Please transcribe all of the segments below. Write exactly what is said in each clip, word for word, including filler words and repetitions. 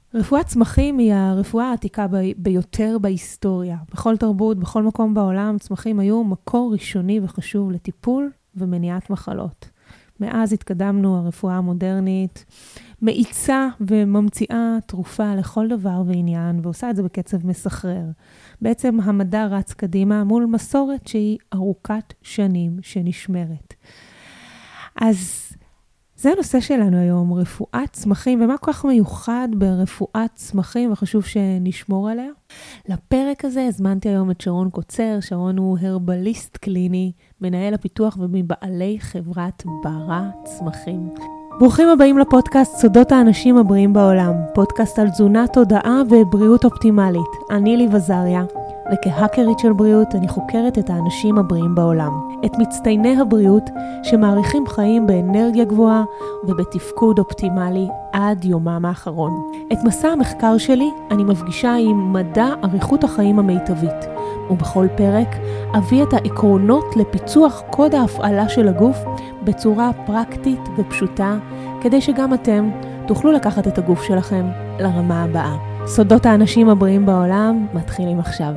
רפואת צמחים היא הרפואה העתיקה ב- ביותר בהיסטוריה. בכל תרבות, בכל מקום בעולם, צמחים היו מקור ראשוני וחשוב לטיפול ומניעת מחלות. מאז התקדמנו, הרפואה המודרנית מאיצה וממציאה תרופה לכל דבר ועניין, ועושה את זה בקצב מסחרר. בעצם המדע רץ קדימה מול מסורת שהיא ארוכת שנים שנשמרת. אז זה הנושא שלנו היום, רפואת צמחים, ומה כל כך מיוחד ברפואת צמחים, וחשוב שנשמור עליה. לפרק הזה הזמנתי היום את שרון קוצר. שרון הוא הרבליסט קליני, מנהל הפיתוח ומבעלי חברת ברא צמחים. ברוכים הבאים לפודקאסט סודות האנשים הבריאים בעולם, פודקאסט על תזונה, תודעה ובריאות אופטימלית. אני ליב עזריה, וכהאקרית של בריאות אני חוקרת את האנשים הבריאים בעולם, את מצטייני הבריאות שמעריכים חיים באנרגיה גבוהה ובתפקוד אופטימלי עד יומם האחרון. את מסע המחקר שלי אני מפגישה עם מדע אריכות החיים המיטבית, ובכל פרק אביא את העקרונות לפיצוח קוד ההפעלה של הגוף בצורה פרקטית ופשוטה, כדי שגם אתם תוכלו לקחת את הגוף שלכם לרמה הבאה. סודות האנשים הבריאים בעולם מתחילים עכשיו.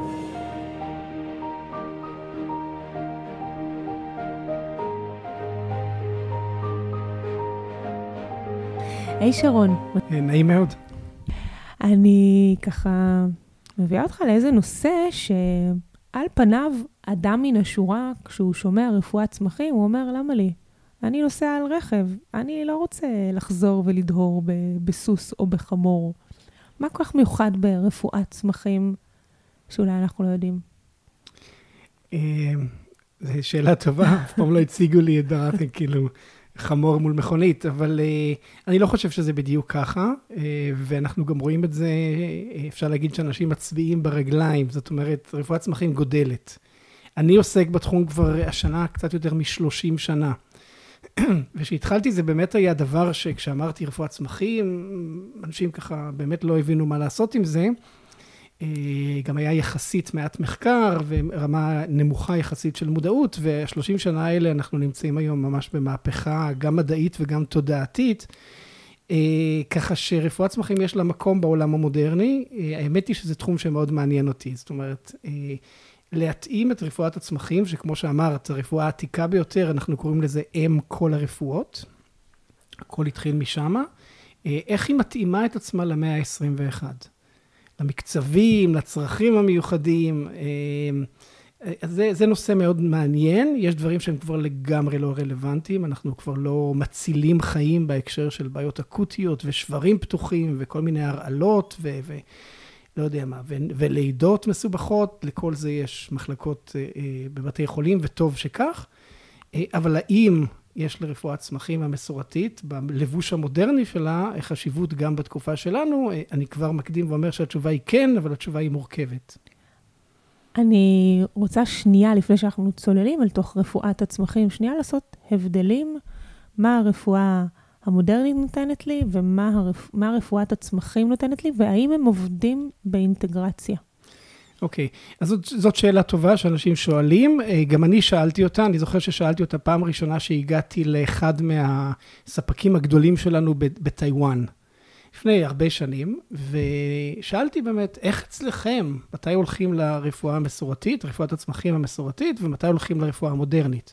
היי שרון. נעים מאוד. אני ככה מביאה אותך לאיזה נושא שעל פניו אדם מן השורה, כשהוא שומע רפואת צמחים, הוא אומר, למה לי? אני נוסע על רכב, אני לא רוצה לחזור ולדהור בסוס או בחמור. מה כל כך מיוחד ברפואת צמחים שאולי אנחנו לא יודעים? זו שאלה טובה, אף פעם לא הציגו לי את דעתם כאילו חמור מול מכונית, אבל אני לא חושב שזה בדיוק ככה, ואנחנו גם רואים את זה, אפשר להגיד שאנשים מצביעים ברגליים, זאת אומרת, רפואת צמחים גודלת. אני עוסק בתחום כבר השנה קצת יותר מ-שלושים שנה, ושהתחלתי זה באמת היה דבר שכשאמרתי רפואת צמחים, אנשים ככה באמת לא הבינו מה לעשות עם זה, גם היה יחסית מעט מחקר ורמה נמוכה יחסית של מודעות, והשלושים שנה האלה אנחנו נמצאים היום ממש במהפכה גם מדעית וגם תודעתית, ככה שרפואת צמחים יש לה מקום בעולם המודרני. האמת היא שזה תחום שמאוד מעניין אותי, זאת אומרת, להתאים את רפואת הצמחים, שכמו שאמרת, הרפואה העתיקה ביותר, אנחנו קוראים לזה אם כל הרפואות, הכל התחיל משם, איך היא מתאימה את עצמה למאה ה-עשרים ואחת, למקצבים, לצרכים המיוחדים. אז זה, זה נושא מאוד מעניין, יש דברים שהם כבר לגמרי לא רלוונטיים, אנחנו כבר לא מצילים חיים בהקשר של בעיות אקוטיות ושברים פתוחים וכל מיני הרעלות ו... ו לא יודע מה, ו- ולידות מסובכות, לכל זה יש מחלקות אה, אה, בבתי חולים, וטוב שכך. אה, אבל האם יש לרפואת צמחים המסורתית, בלבוש המודרני שלה, חשיבות גם בתקופה שלנו? אה, אני כבר מקדים ואומר שהתשובה היא כן, אבל התשובה היא מורכבת. אני רוצה שנייה, לפני שאנחנו צוללים אל תוך רפואת הצמחים, שנייה לעשות הבדלים, מה הרפואה המודרנית נותנת לי, ומה הרפ... מה רפואת הצמחים נותנת לי, והאם הם עובדים באינטגרציה. אוקיי, אז זאת, זאת שאלה טובה שאנשים שואלים. גם אני שאלתי אותה, אני זוכר ששאלתי אותה פעם ראשונה שהגעתי לאחד מהספקים הגדולים שלנו בטיואן, לפני הרבה שנים, ושאלתי באמת, איך אצלכם, מתי הולכים לרפואה המסורתית, רפואת הצמחים המסורתית, ומתי הולכים לרפואה המודרנית?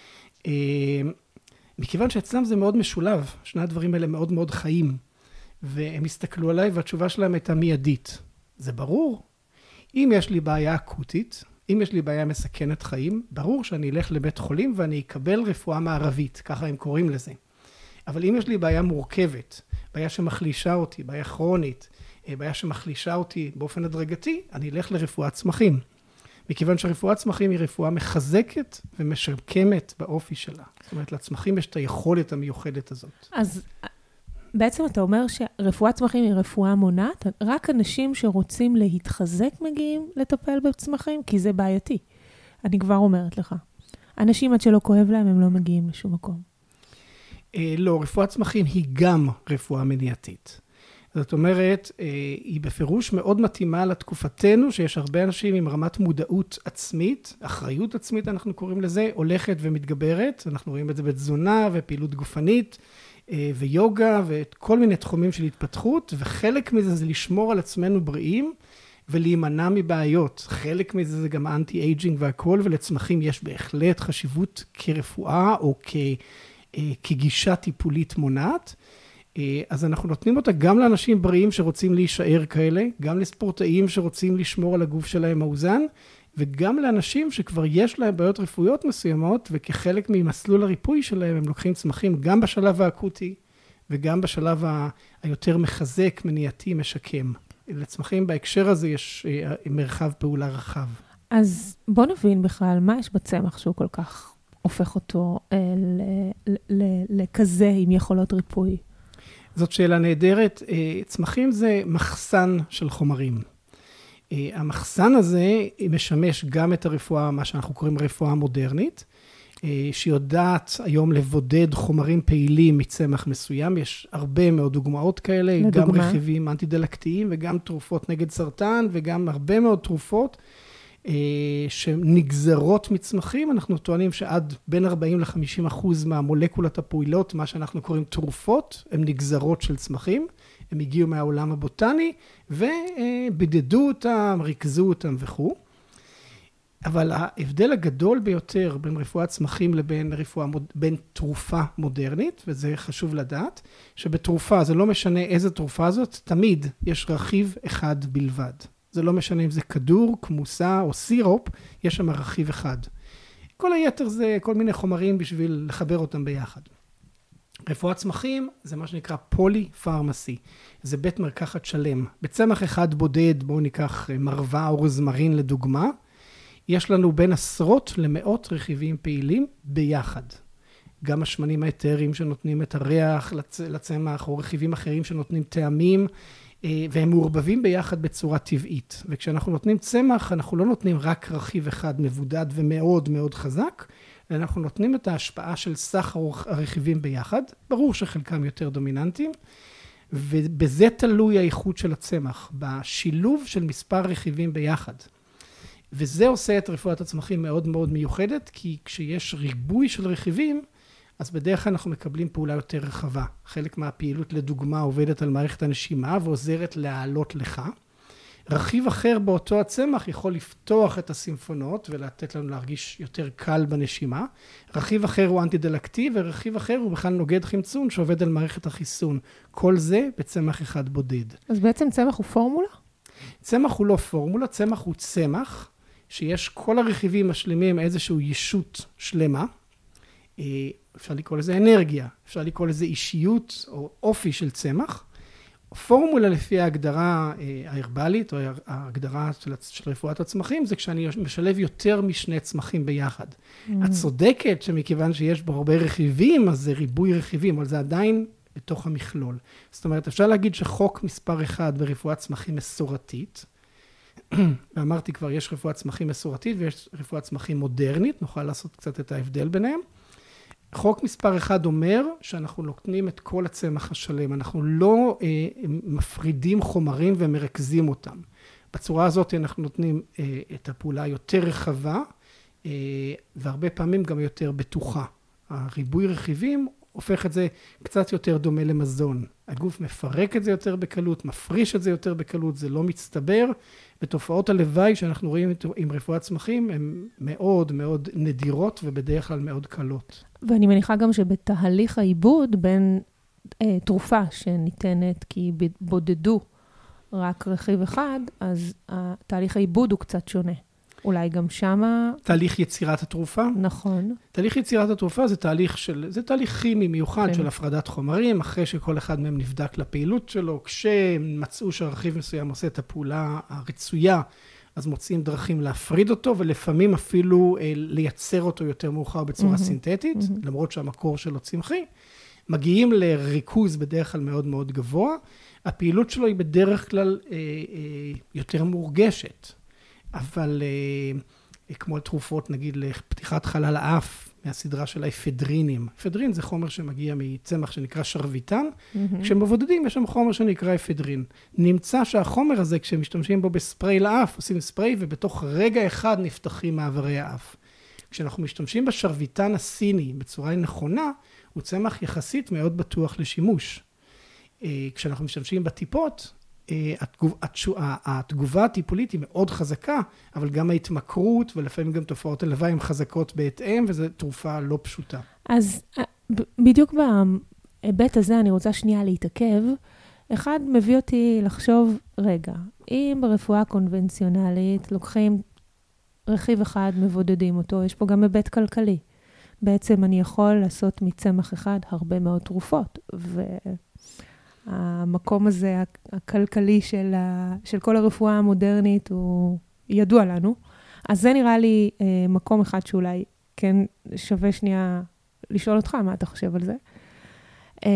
מכיוון שאצלם זה מאוד משולב, שני הדברים האלה מאוד מאוד חיים, והם הסתכלו עליי והתשובה שלהם הייתה מיידית. זה ברור. אם יש לי בעיה אקוטית, אם יש לי בעיה מסכנת חיים, ברור שאני אלך לבית חולים ואני אקבל רפואה מערבית, ככה הם קוראים לזה. אבל אם יש לי בעיה מורכבת, בעיה שמחלישה אותי, בעיה כרונית, בעיה שמחלישה אותי באופן הדרגתי, אני אלך לרפואת צמחים. מכיוון שרפואת צמחים היא רפואה מחזקת ומשקמת באופי שלה. זאת אומרת, לצמחים יש את היכולת המיוחדת הזאת. אז בעצם אתה אומר שרפואת צמחים היא רפואה מונעת, רק אנשים שרוצים להתחזק מגיעים לטפל בצמחים, כי זה בעייתי. אני כבר אומרת לך. אנשים עד שלא כואב להם, הם לא מגיעים לשום מקום. אה, לא, רפואת צמחים היא גם רפואה מניעתית. זאת אומרת, היא בפירוש מאוד מתאימה לתקופתנו, שיש הרבה אנשים עם רמת מודעות עצמית, אחריות עצמית אנחנו קוראים לזה, הולכת ומתגברת, אנחנו רואים את זה בתזונה ופעילות גופנית, ויוגה ואת כל מיני תחומים של התפתחות, וחלק מזה זה לשמור על עצמנו בריאים ולהימנע מבעיות. חלק מזה זה גם אנטי-אייג'ינג והכל, ולצמחים יש בהחלט חשיבות כרפואה או כ, כגישה טיפולית מונעת. אז אנחנו נותנים אותה גם לאנשים בריאים שרוצים להישאר כאלה, גם לספורטאים שרוצים לשמור על הגוף שלהם מאוזן, וגם לאנשים שכבר יש להם בעיות רפואיות מסוימות, וכחלק ממסלול הריפוי שלהם הם לוקחים צמחים גם בשלב האקוטי, וגם בשלב היותר מחזק, מניעתי, משקם. לצמחים בהקשר הזה יש מרחב פעולה רחב. אז בוא נבין בכלל מה יש בצמח שהוא כל כך הופך אותו לכזה עם יכולות ריפוי. זאת שאלה נהדרת. צמחים זה מחסן של חומרים. המחסן הזה משמש גם את הרפואה, מה שאנחנו קוראים רפואה מודרנית, שיודעת היום לבודד חומרים פעילים מצמח מסוים. יש הרבה מאוד דוגמאות כאלה, לדוגמה. גם רכיבים אנטי-דלקתיים וגם תרופות נגד סרטן וגם הרבה מאוד תרופות שנגזרות מצמחים. אנחנו טוענים שעד בין ארבעים ל-חמישים אחוז מהמולקולות הפעילות, מה שאנחנו קוראים תרופות, הן נגזרות של צמחים. הם הגיעו מהעולם הבוטני ובידדו אותם, ריכזו אותם וכו'. אבל ההבדל הגדול ביותר בין רפואת צמחים לבין רפואה, בין תרופה מודרנית, וזה חשוב לדעת, שבתרופה, זה לא משנה איזה תרופה זאת, תמיד יש רכיב אחד בלבד. זה לא משנה אם זה כדור, כמוסה או סירופ, יש שם רכיב אחד. כל היתר זה כל מיני חומרים בשביל לחבר אותם ביחד. רפואת צמחים זה מה שנקרא פולי-פארמסי. זה בית מרקחת שלם. בצמח אחד בודד, בואו ניקח מרווה או רוזמרין לדוגמה, יש לנו בין עשרות למאות רכיבים פעילים ביחד. גם השמנים האתריים שנותנים את הריח לצמח, או רכיבים אחרים שנותנים טעמים, והם מעורבבים ביחד בצורה טבעית. וכשאנחנו נותנים צמח, אנחנו לא נותנים רק רכיב אחד מבודד ומאוד מאוד חזק, אנחנו נותנים את ההשפעה של סך הרכיבים ביחד. ברור שחלקם יותר דומיננטיים, ובזה תלוי האיכות של הצמח, בשילוב של מספר רכיבים ביחד. וזה עושה את רפואת הצמחים מאוד מאוד מיוחדת, כי כשיש ריבוי של רכיבים, אז בדרך כלל אנחנו מקבלים פעולה יותר רחבה. חלק מהפעילות לדוגמה עובדת על מערכת הנשימה ועוזרת להעלות לך. רכיב אחר באותו הצמח יכול לפתוח את הסימפונות ולתת לנו להרגיש יותר קל בנשימה. רכיב אחר הוא אנטי-דלקתי, ורכיב אחר הוא בכלל נוגד חמצון שעובד על מערכת החיסון. כל זה בצמח אחד בודד. אז בעצם צמח הוא פורמולה? צמח הוא לא פורמולה, צמח הוא צמח, שיש כל הרכיבים משלימים איזשהו ישות שלמה. אפשר לקרוא לזה אנרגיה, אפשר לקרוא לזה אישיות או אופי של צמח. פורמולה לפי ההגדרה ההרבלית או ההגדרה של, של רפואת הצמחים, זה כשאני משלב יותר משני צמחים ביחד. Mm-hmm. את צודקת שמכיוון שיש בו הרבה רכיבים, אז זה ריבוי רכיבים, אבל זה עדיין בתוך המכלול. זאת אומרת, אפשר להגיד שחוק מספר אחד ברפואת צמחים מסורתית, ואמרתי כבר, יש רפואת צמחים מסורתית ויש רפואת צמחים מודרנית, נוכל לעשות קצת את ההבדל ביניהם. חוק מספר אחד אומר שאנחנו נותנים את כל הצמח השלם, אנחנו לא אה, מפרידים חומרים ומרכזים אותם. בצורה הזאת אנחנו נותנים אה, את הפעולה יותר רחבה, אה, והרבה פעמים גם יותר בטוחה. הריבוי רכיבים הופך את זה קצת יותר דומה למזון. הגוף מפרק את זה יותר בקלות, מפריש את זה יותר בקלות, זה לא מצטבר, ותופעות הלוואי שאנחנו רואים עם רפואת צמחים הן מאוד מאוד נדירות ובדרך כלל מאוד קלות. ואני מניחה גם שבתהליך העיבוד בין אה, תרופה שניתנת כי בודדו רק רכיב אחד, אז תהליך העיבוד הוא קצת שונה. אולי גם שמה... תהליך יצירת התרופה. נכון. תהליך יצירת התרופה זה תהליך של, זה תהליך כימי מיוחד כן. של הפרדת חומרים, אחרי שכל אחד מהם נבדק לפעילות שלו, כשמצאו שהרכיב מסוים עושה את הפעולה הרצויה, אז מוצאים דרכים להפריד אותו, ולפעמים אפילו אה, לייצר אותו יותר מאוחר בצורה mm-hmm. סינתטית, mm-hmm. למרות שהמקור שלו צמחי. מגיעים לריכוז בדרך כלל מאוד מאוד גבוה. הפעילות שלו היא בדרך כלל אה, אה, יותר מורגשת. אבל אה, כמו תרופות, נגיד לפתיחת חלל האף, מהסדרה של האפדרינים. אפדרין זה חומר שמגיע מצמח שנקרא שרביטן. Mm-hmm. כשמבודדים יש שם חומר שנקרא אפדרין. נמצא שהחומר הזה, כשמשתמשים בו בספרי לאף, עושים ספרי, ובתוך רגע אחד נפתחים מעברי האף. כשאנחנו משתמשים בשרביטן הסיני בצורה נכונה, הוא צמח יחסית מאוד בטוח לשימוש. כשאנחנו משתמשים בטיפות, התגובה הטיפולית היא מאוד חזקה, אבל גם ההתמכרות ולפעמים גם תופעות הלוואי הן חזקות בהתאם, וזו תרופה לא פשוטה. אז בדיוק בהיבט הזה אני רוצה שנייה להתעכב. אחד מביא אותי לחשוב, רגע, אם ברפואה קונבנציונלית לוקחים רכיב אחד, מבודדים אותו, יש פה גם היבט כלכלי. בעצם אני יכול לעשות מצמח אחד הרבה מאוד תרופות, והמקום הזה הכלכלי של, ה... של כל הרפואה המודרנית הוא ידוע לנו. אז זה נראה לי אה, מקום אחד שאולי כן שווה שנייה לשאול אותך, מה אתה חושב על זה? אה,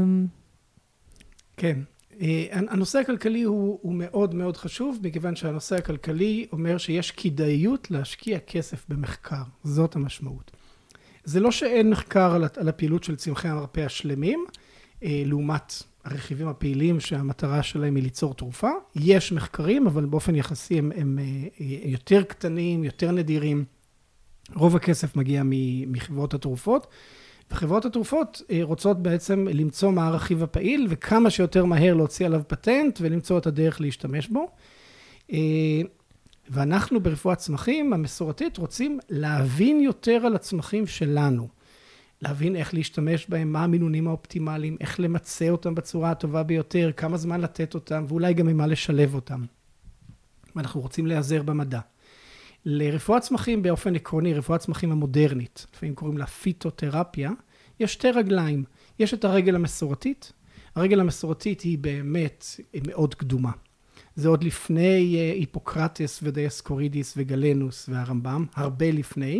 כן. הנושא הכלכלי הוא, הוא מאוד מאוד חשוב, מכיוון שהנושא הכלכלי אומר שיש כדאיות להשקיע כסף במחקר. זאת המשמעות. זה לא שאין מחקר על, על הפעילות של צמחי המרפא השלמים, לעומת הרכיבים הפעילים שהמטרה שלהם היא ליצור תרופה. יש מחקרים, אבל באופן יחסי הם, הם יותר קטנים, יותר נדירים. רוב הכסף מגיע מחברות התרופות. וחברות התרופות רוצות בעצם למצוא מה הרכיב הפעיל, וכמה שיותר מהר להוציא עליו פטנט, ולמצוא את הדרך להשתמש בו. ואנחנו ברפואת צמחים המסורתית רוצים להבין יותר על הצמחים שלנו. להבין איך להשתמש בהם, מה המינונים האופטימליים, איך למצא אותם בצורה הטובה ביותר, כמה זמן לתת אותם, ואולי גם עם מה לשלב אותם. ואנחנו רוצים להיעזר במדע. לרפואת צמחים באופן עקרוני, רפואת צמחים המודרנית, לפעמים קוראים לה פיטותרפיה, יש שתי רגליים. יש את הרגל המסורתית. הרגל המסורתית היא באמת מאוד קדומה. זה עוד לפני היפוקרטס ודיאסקורידיס וגלנוס והרמב"ם, הרבה לפני.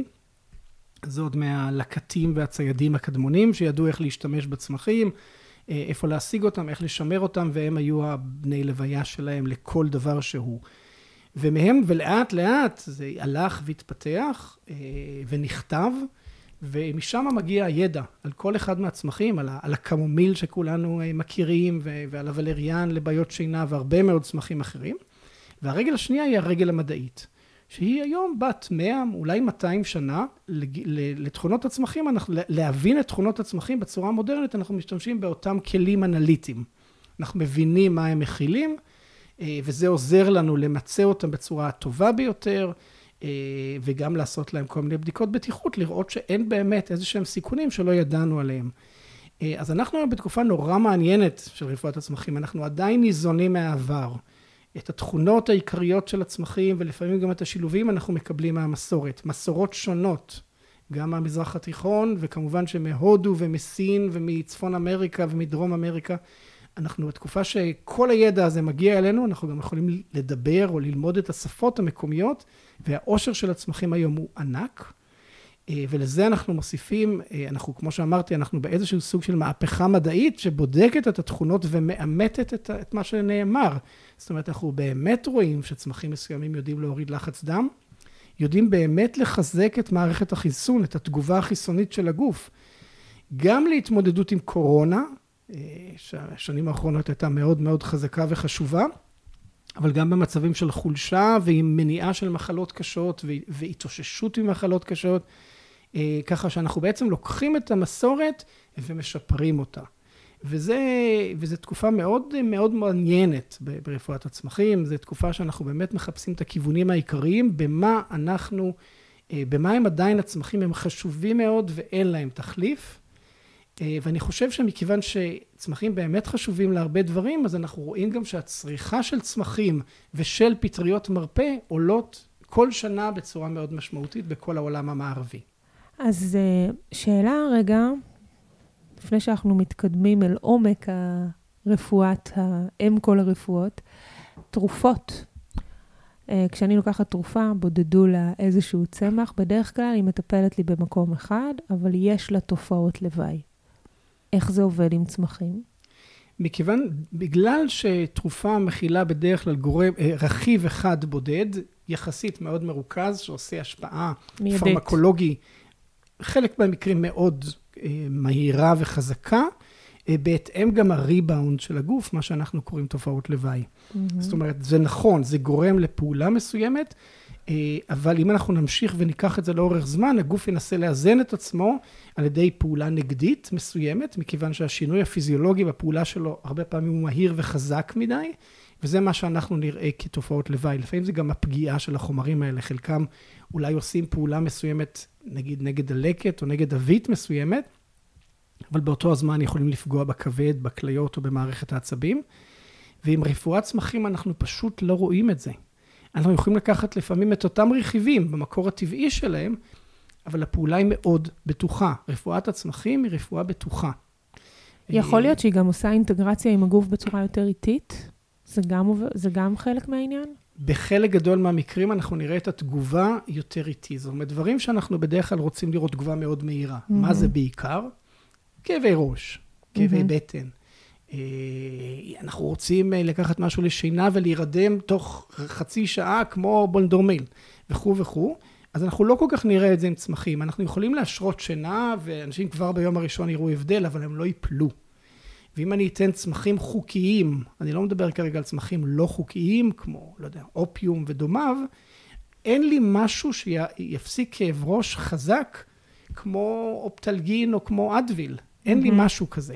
זה עוד מהלקטים והציידים הקדמונים שידעו איך להשתמש בצמחים, איפה להשיג אותם, איך לשמר אותם, והם היו הבני לוויה שלהם לכל דבר שהוא. ומהם ולאט לאט זה הלך והתפתח ונכתב, ומשם מגיע הידע על כל אחד מהצמחים, על, על הקמומיל שכולנו מכירים, ועל הוולריאן לבעיות שינה והרבה מאוד צמחים אחרים. והרגל השנייה היא הרגל המדעית, שהיא היום בת מאה, אולי מאתיים שנה, לתכונות הצמחים, אנחנו, להבין את תכונות הצמחים בצורה מודרנית, אנחנו משתמשים באותם כלים אנליטיים. אנחנו מבינים מה הם מכילים, וזה עוזר לנו למצא אותם בצורה הטובה ביותר, וגם לעשות להם כל מיני בדיקות בטיחות, לראות שאין באמת איזה שהם סיכונים שלא ידענו עליהם. אז אנחנו היום בתקופה נורא מעניינת של רפואת הצמחים, אנחנו עדיין ניזונים מהעבר. את התכונות העיקריות של הצמחים, ולפעמים גם את השילובים אנחנו מקבלים מהמסורת. מסורות שונות, גם מהמזרח התיכון, וכמובן שמהודו ומסין ומצפון אמריקה ומדרום אמריקה. אנחנו בתקופה שכל הידע הזה מגיע אלינו, אנחנו גם יכולים לדבר או ללמוד את השפות המקומיות, והעושר של הצמחים היום הוא ענק, ולזה אנחנו מוסיפים, אנחנו, כמו שאמרתי, אנחנו באיזשהו סוג של מהפכה מדעית, שבודקת את התכונות ומאמתת את, את מה שנאמר. זאת אומרת, אנחנו באמת רואים שצמחים מסוימים יודעים להוריד לחץ דם, יודעים באמת לחזק את מערכת החיסון, את התגובה החיסונית של הגוף. גם להתמודדות עם קורונה, שהשנים האחרונות הייתה מאוד מאוד חזקה וחשובה, אבל גם במצבים של חולשה ועם מניעה של מחלות קשות והתאוששות ממחלות קשות, ככה שאנחנו בעצם לוקחים את המסורת ומשפרים אותה. וזה, וזה תקופה מאוד מאוד מעניינת ברפואת הצמחים, זו תקופה שאנחנו באמת מחפשים את הכיוונים העיקריים, במה אנחנו, במה הם עדיין הצמחים, הם חשובים מאוד ואין להם תחליף. ואני חושב שמכיוון שצמחים באמת חשובים להרבה דברים, אז אנחנו רואים גם שהצריכה של צמחים ושל פטריות מרפא עולות כל שנה בצורה מאוד משמעותית בכל העולם המערבי. אז שאלה רגע, לפני שאנחנו מתקדמים אל עומק הרפואת, האם כל הרפואות, תרופות. כשאני לוקחת תרופה, בודדו לה איזשהו צמח, בדרך כלל היא מטפלת לי במקום אחד, אבל יש לה תופעות לוואי. איך זה עובד עם צמחים? מכיוון, בגלל שתרופה מכילה בדרך כלל גורם, רכיב אחד בודד, יחסית מאוד מרוכז, שעושה השפעה מיידית. פרמקולוגי, חלק במקרים מאוד מהירה וחזקה, בהתאם גם הריבאונד של הגוף, מה שאנחנו קוראים תופעות לוואי. Mm-hmm. זאת אומרת, זה נכון, זה גורם לפעולה מסוימת, אבל אם אנחנו נמשיך וניקח את זה לאורך זמן, הגוף ינסה לאזן את עצמו על ידי פעולה נגדית מסוימת, מכיוון שהשינוי הפיזיולוגי בפעולה שלו הרבה פעמים הוא מהיר וחזק מדי, וזה מה שאנחנו נראה כתופעות לוואי. לפעמים זה גם הפגיעה של החומרים האלה, חלקם אולי עושים פעולה מסוימת, נגיד נגד דלקת או נגד אבית מסוימת, אבל באותו הזמן יכולים לפגוע בכבד, בכליות או במערכת העצבים, ועם רפואת צמחים אנחנו פשוט לא רואים את זה. אנחנו יכולים לקחת לפעמים את אותם רכיבים במקור הטבעי שלהם, אבל הפעולה היא מאוד בטוחה. רפואת הצמחים היא רפואה בטוחה. יכול להיות שהיא גם עושה אינטגרציה עם הגוף בצורה יותר איטית? זה גם, זה גם חלק מהעניין? בחלק גדול מהמקרים אנחנו נראה את התגובה יותר איטית. זאת אומרת, דברים שאנחנו בדרך כלל רוצים לראות תגובה מאוד מהירה. Mm-hmm. מה זה בעיקר? כאבי ראש, כאבי mm-hmm. בטן. אנחנו רוצים לקחת משהו לשינה ולהירדם תוך חצי שעה כמו בולדורמיל וכו' וכו'. אז אנחנו לא כל כך נראה את זה עם צמחים. אנחנו יכולים להשרות שינה ואנשים כבר ביום הראשון יראו הבדל, אבל הם לא ייפלו. ואם אני אתן צמחים חוקיים, אני לא מדבר כרגע על צמחים לא חוקיים, כמו, לא יודע, אופיום ודומיו, אין לי משהו שיפסיק כאב ראש חזק, כמו אופטלגין או כמו אדוויל. אין לי משהו כזה.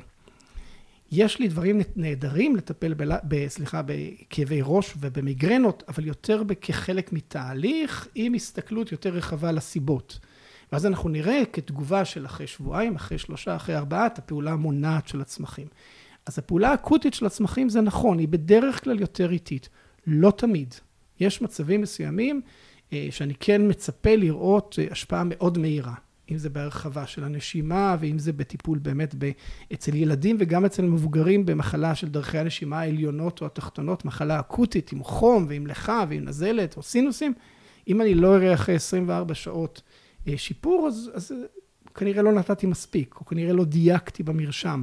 יש לי דברים נהדרים לטפל ב, ב, סליחה, בכאבי ראש ובמיגרנות, אבל יותר כחלק מתהליך, עם הסתכלות יותר רחבה על הסיבות. ואז אנחנו נראה כתגובה של אחרי שבועיים, אחרי שלושה, אחרי ארבעה, את הפעולה המונעת של הצמחים. אז הפעולה האקוטית של הצמחים זה נכון, היא בדרך כלל יותר איטית, לא תמיד. יש מצבים מסוימים שאני כן מצפה לראות השפעה מאוד מהירה. אם זה בהרחבה של הנשימה, ואם זה בטיפול באמת אצל ילדים, וגם אצל מבוגרים במחלה של דרכי הנשימה העליונות או התחתונות, מחלה אקוטית עם חום ועם לחה ועם נזלת או סינוסים. אם אני לא אראה אחרי עשרים וארבע שעות שיפור, אז, אז כנראה לא נתתי מספיק, או כנראה לא דייקתי במרשם.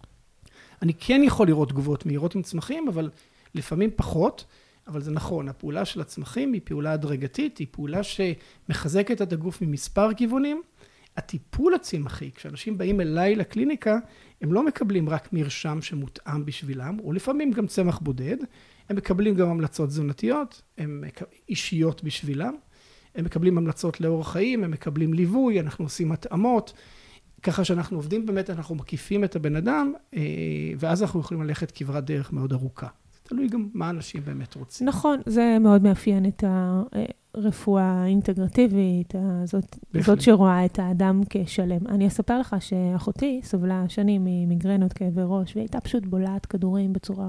אני כן יכול לראות תגובות מהירות עם צמחים, אבל לפעמים פחות, אבל זה נכון, הפעולה של הצמחים היא פעולה הדרגתית, היא פעולה שמחזקת את הגוף ממספר כיוונים. הטיפול הצמחי, כשאנשים באים אליי לקליניקה, הם לא מקבלים רק מרשם שמותאם בשבילם, או לפעמים גם צמח בודד, הם מקבלים גם המלצות תזונתיות, הם אישיות בשבילם, הם מקבלים המלצות לאורח חיים, הם מקבלים ליווי, אנחנו עושים התאמות, ככה שאנחנו עובדים באמת, אנחנו מקיפים את הבן אדם, ואז אנחנו יכולים ללכת כברת דרך מאוד ארוכה. זה תלוי גם מה אנשים באמת רוצים. נכון, זה מאוד מאפיין את הרפואה האינטגרטיבית, זאת, זאת שרואה את האדם כשלם. אני אספר לך שאחותי סבלה שנים ממיגרנות כאבי ראש, והיא הייתה פשוט בולעת כדורים בצורה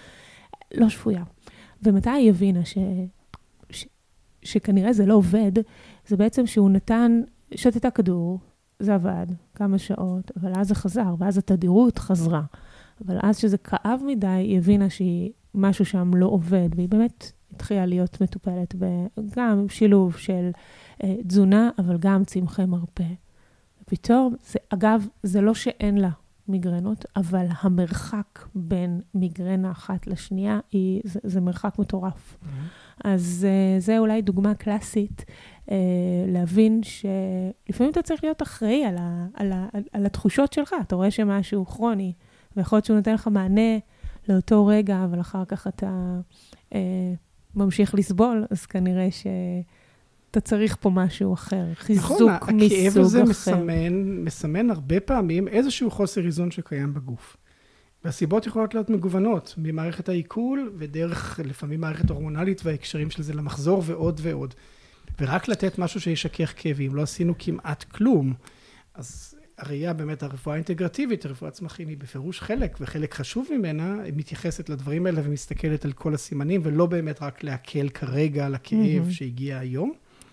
לא שפויה. ומתי היא הבינה ש... ש... שכנראה זה לא עובד, זה בעצם שהוא נתן, שתתה כדור, זה עבד כמה שעות, אבל אז זה חזר, ואז התדירות חזרה. אבל אז שזה כאב מדי, היא הבינה שהיא משהו שם לא עובד, והיא באמת התחילה להיות מטופלת גם שילוב של אה, תזונה, אבל גם צמחי מרפא. ופתאום, זה, אגב, זה לא שאין לה מיגרנות, אבל המרחק בין מיגרנה אחת לשנייה, היא, זה, זה מרחק מטורף. Mm-hmm. אז אה, זה אולי דוגמה קלאסית, אה, להבין שלפעמים אתה צריך להיות אחראי על, ה, על, ה, על, על התחושות שלך. אתה רואה שמשהו כרוני, ויכול להיות שהוא נותן לך מענה לאותו רגע, אבל אחר כך אתה אה, ממשיך לסבול, אז כנראה שאתה צריך פה משהו אחר, חיזוק מסוג אחר. נכון, הכאב הזה מסמן, מסמן הרבה פעמים איזשהו חוסר איזון שקיים בגוף. והסיבות יכולות להיות מגוונות, ממערכת העיכול, ודרך לפעמים מערכת הורמונלית, וההקשרים של זה למחזור ועוד ועוד. ורק לתת משהו שישכך כאבים, לא עשינו כמעט כלום. אז הראייה באמת, הרפואה האינטגרטיבית, הרפואה צמחים היא בפירוש חלק, וחלק חשוב ממנה, היא מתייחסת לדברים האלה ומסתכלת על כל הסימנים, ולא באמת רק להקל כרגע על הכאב mm-hmm. שהגיע היום.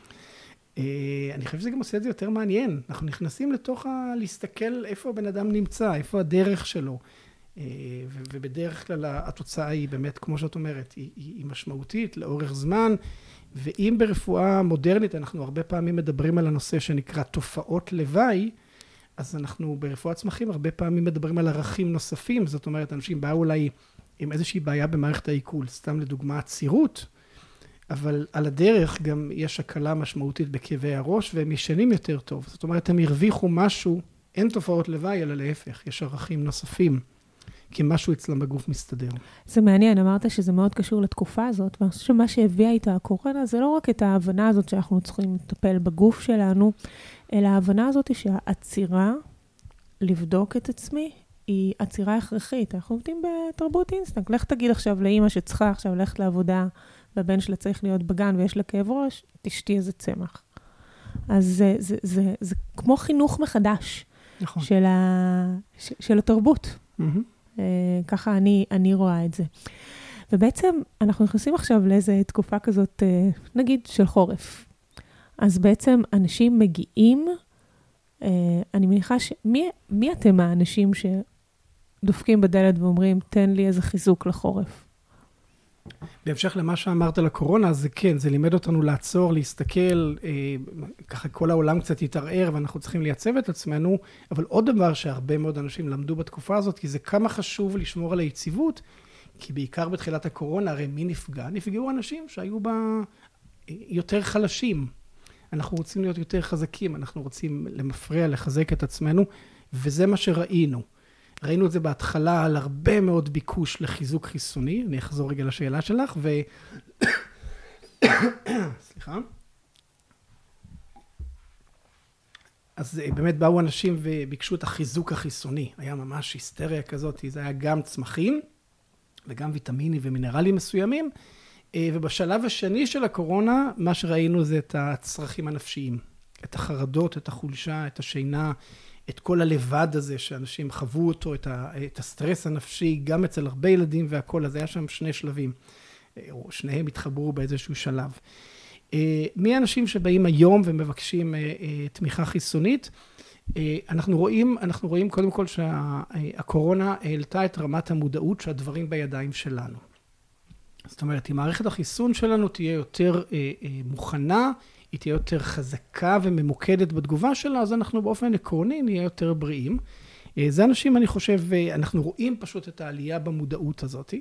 אני חושב שזה גם עושה את זה יותר מעניין. אנחנו נכנסים לתוך ה... להסתכל איפה הבן אדם נמצא, איפה הדרך שלו. ובדרך כלל התוצאה היא באמת, כמו שאת אומרת, היא, היא משמעותית לאורך זמן, ואם ברפואה מודרנית אנחנו הרבה פעמים מדברים על הנושא שנקרא תופעות לוואי, אז אנחנו ברפואת צמחים הרבה פעמים מדברים על ערכים נוספים, זאת אומרת, אנשים באו אולי עם איזושהי בעיה במערכת העיכול, סתם לדוגמה עצירות, אבל על הדרך גם יש הקלה משמעותית בכאבי הראש, והם ישנים יותר טוב. זאת אומרת, הם הרוויחו משהו, אין תופעות לוואי, אלא להפך, יש ערכים נוספים. כי משהו אצלם בגוף מסתדר. זה מעניין, אמרת שזה מאוד קשור לתקופה הזאת, ואני חושבת שמה שהביאה איתה הקורונה, זה לא רק את ההבנה הזאת שאנחנו צריכים לטפל בגוף שלנו, אלא ההבנה הזאת היא שהעצירה, לבדוק את עצמי, היא עצירה הכרחית. אנחנו עובדים בתרבות אינסטנקט. לך תגיד עכשיו לאמא שצריכה עכשיו ללכת לעבודה, והבן שלה צריך להיות בגן ויש לה כאב ראש, תשתי איזה צמח. אז זה, זה, זה, זה כמו חינוך מחדש נכון. של, ה, ש, של התרבות. Mm-hmm. ככה אני, אני רואה את זה. ובעצם אנחנו נכנסים עכשיו לאיזו תקופה כזאת, נגיד, של חורף. אז בעצם אנשים מגיעים, אני מניחה ש... מי, מי אתם האנשים שדופקים בדלת ואומרים, תן לי איזה חיזוק לחורף? בהמשך למה שאמרת לקורונה, זה כן, זה לימד אותנו לעצור, להסתכל, אה, ככה כל העולם קצת יתערער, ואנחנו צריכים לייצב את עצמנו, אבל עוד דבר שהרבה מאוד אנשים למדו בתקופה הזאת, כי זה כמה חשוב לשמור על היציבות, כי בעיקר בתחילת הקורונה, הרי מי נפגע? נפגעו אנשים שהיו בה יותר חלשים. אנחנו רוצים להיות יותר חזקים, אנחנו רוצים למפרע, לחזק את עצמנו, וזה מה שראינו. ראינו את זה בהתחלה על הרבה מאוד ביקוש לחיזוק חיסוני. אני אחזור רגע לשאלה שלך, ו... סליחה. אז באמת באו אנשים וביקשו את החיזוק החיסוני. היה ממש היסטריה כזאת, זה היה גם צמחים, וגם ויטמינים ומינרלים מסוימים, ובשלב השני של הקורונה, מה שראינו זה את הצרכים הנפשיים, את החרדות, את החולשה, את השינה, את כל הלבד הזה שאנשים חוו אותו, את, ה, את הסטרס הנפשי, גם אצל הרבה ילדים והכל, אז היה שם שני שלבים, או שניהם התחברו באיזשהו שלב. מי האנשים שבאים היום ומבקשים תמיכה חיסונית? אנחנו רואים, אנחנו רואים קודם כל שהקורונה העלתה את רמת המודעות שהדברים בידיים שלנו. זאת אומרת, אם מערכת החיסון שלנו תהיה יותר מוכנה, היא תהיה יותר חזקה וממוקדת בתגובה שלה, אז אנחנו באופן עקרוני נהיה יותר בריאים. זה אנשים, אני חושב, אנחנו רואים פשוט את העלייה במודעות הזאת.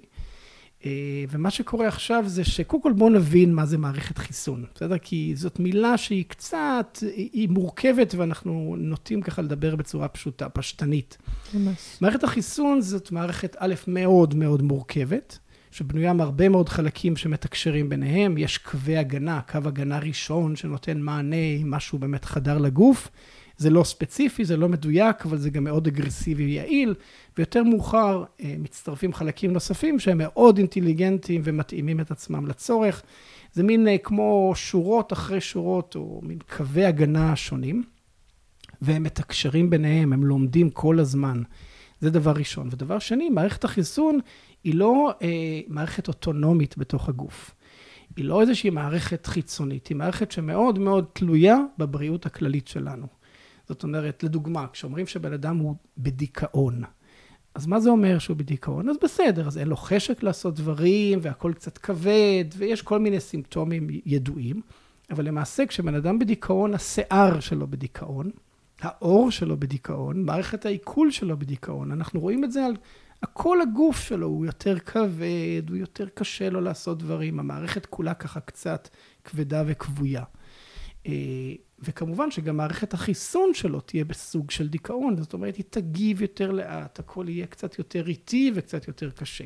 ומה שקורה עכשיו זה שקודם כל בואו נבין מה זה מערכת חיסון. בסדר? כי זאת מילה שהיא קצת, היא מורכבת ואנחנו נוטים ככה לדבר בצורה פשוטה, פשטנית. ממש. מערכת החיסון זאת מערכת א' מאוד מאוד מורכבת. שבנויה מהרבה מאוד חלקים שמתקשרים ביניהם, יש קווי הגנה, קו הגנה ראשון שנותן מענה עם משהו באמת חדר לגוף, זה לא ספציפי, זה לא מדויק, אבל זה גם מאוד אגרסיבי ויעיל, ויותר מאוחר מצטרפים חלקים נוספים שהם מאוד אינטליגנטיים ומתאימים את עצמם לצורך, זה מין כמו שורות אחרי שורות, או מין קווי הגנה שונים, והם מתקשרים ביניהם, הם לומדים כל הזמן, זה דבר ראשון. ודבר שני, מערכת החיסון היא לא אה, מערכת אוטונומית בתוך הגוף. היא לא איזושהי מערכת חיצונית, היא מערכת שמאוד מאוד תלויה בבריאות הכללית שלנו. זאת אומרת, לדוגמה, כשאומרים שבן אדם הוא בדיכאון, אז מה זה אומר שהוא בדיכאון? אז בסדר, אז אין לו חשק לעשות דברים, והכל קצת כבד, ויש כל מיני סימפטומים ידועים, אבל למעשה כשבן אדם בדיכאון, השיער שלו בדיכאון, האור שלו בדיכאון, מערכת העיכול שלו בדיכאון, אנחנו רואים את זה על כל הגוף שלו, הוא יותר כבד, הוא יותר קשה לו לעשות דברים, המערכת כולה ככה קצת כבדה וכבויה. וכמובן שגם מערכת החיסון שלו תהיה בסוג של דיכאון, זאת אומרת, היא תגיב יותר לאט, הכל יהיה קצת יותר איטי וקצת יותר קשה.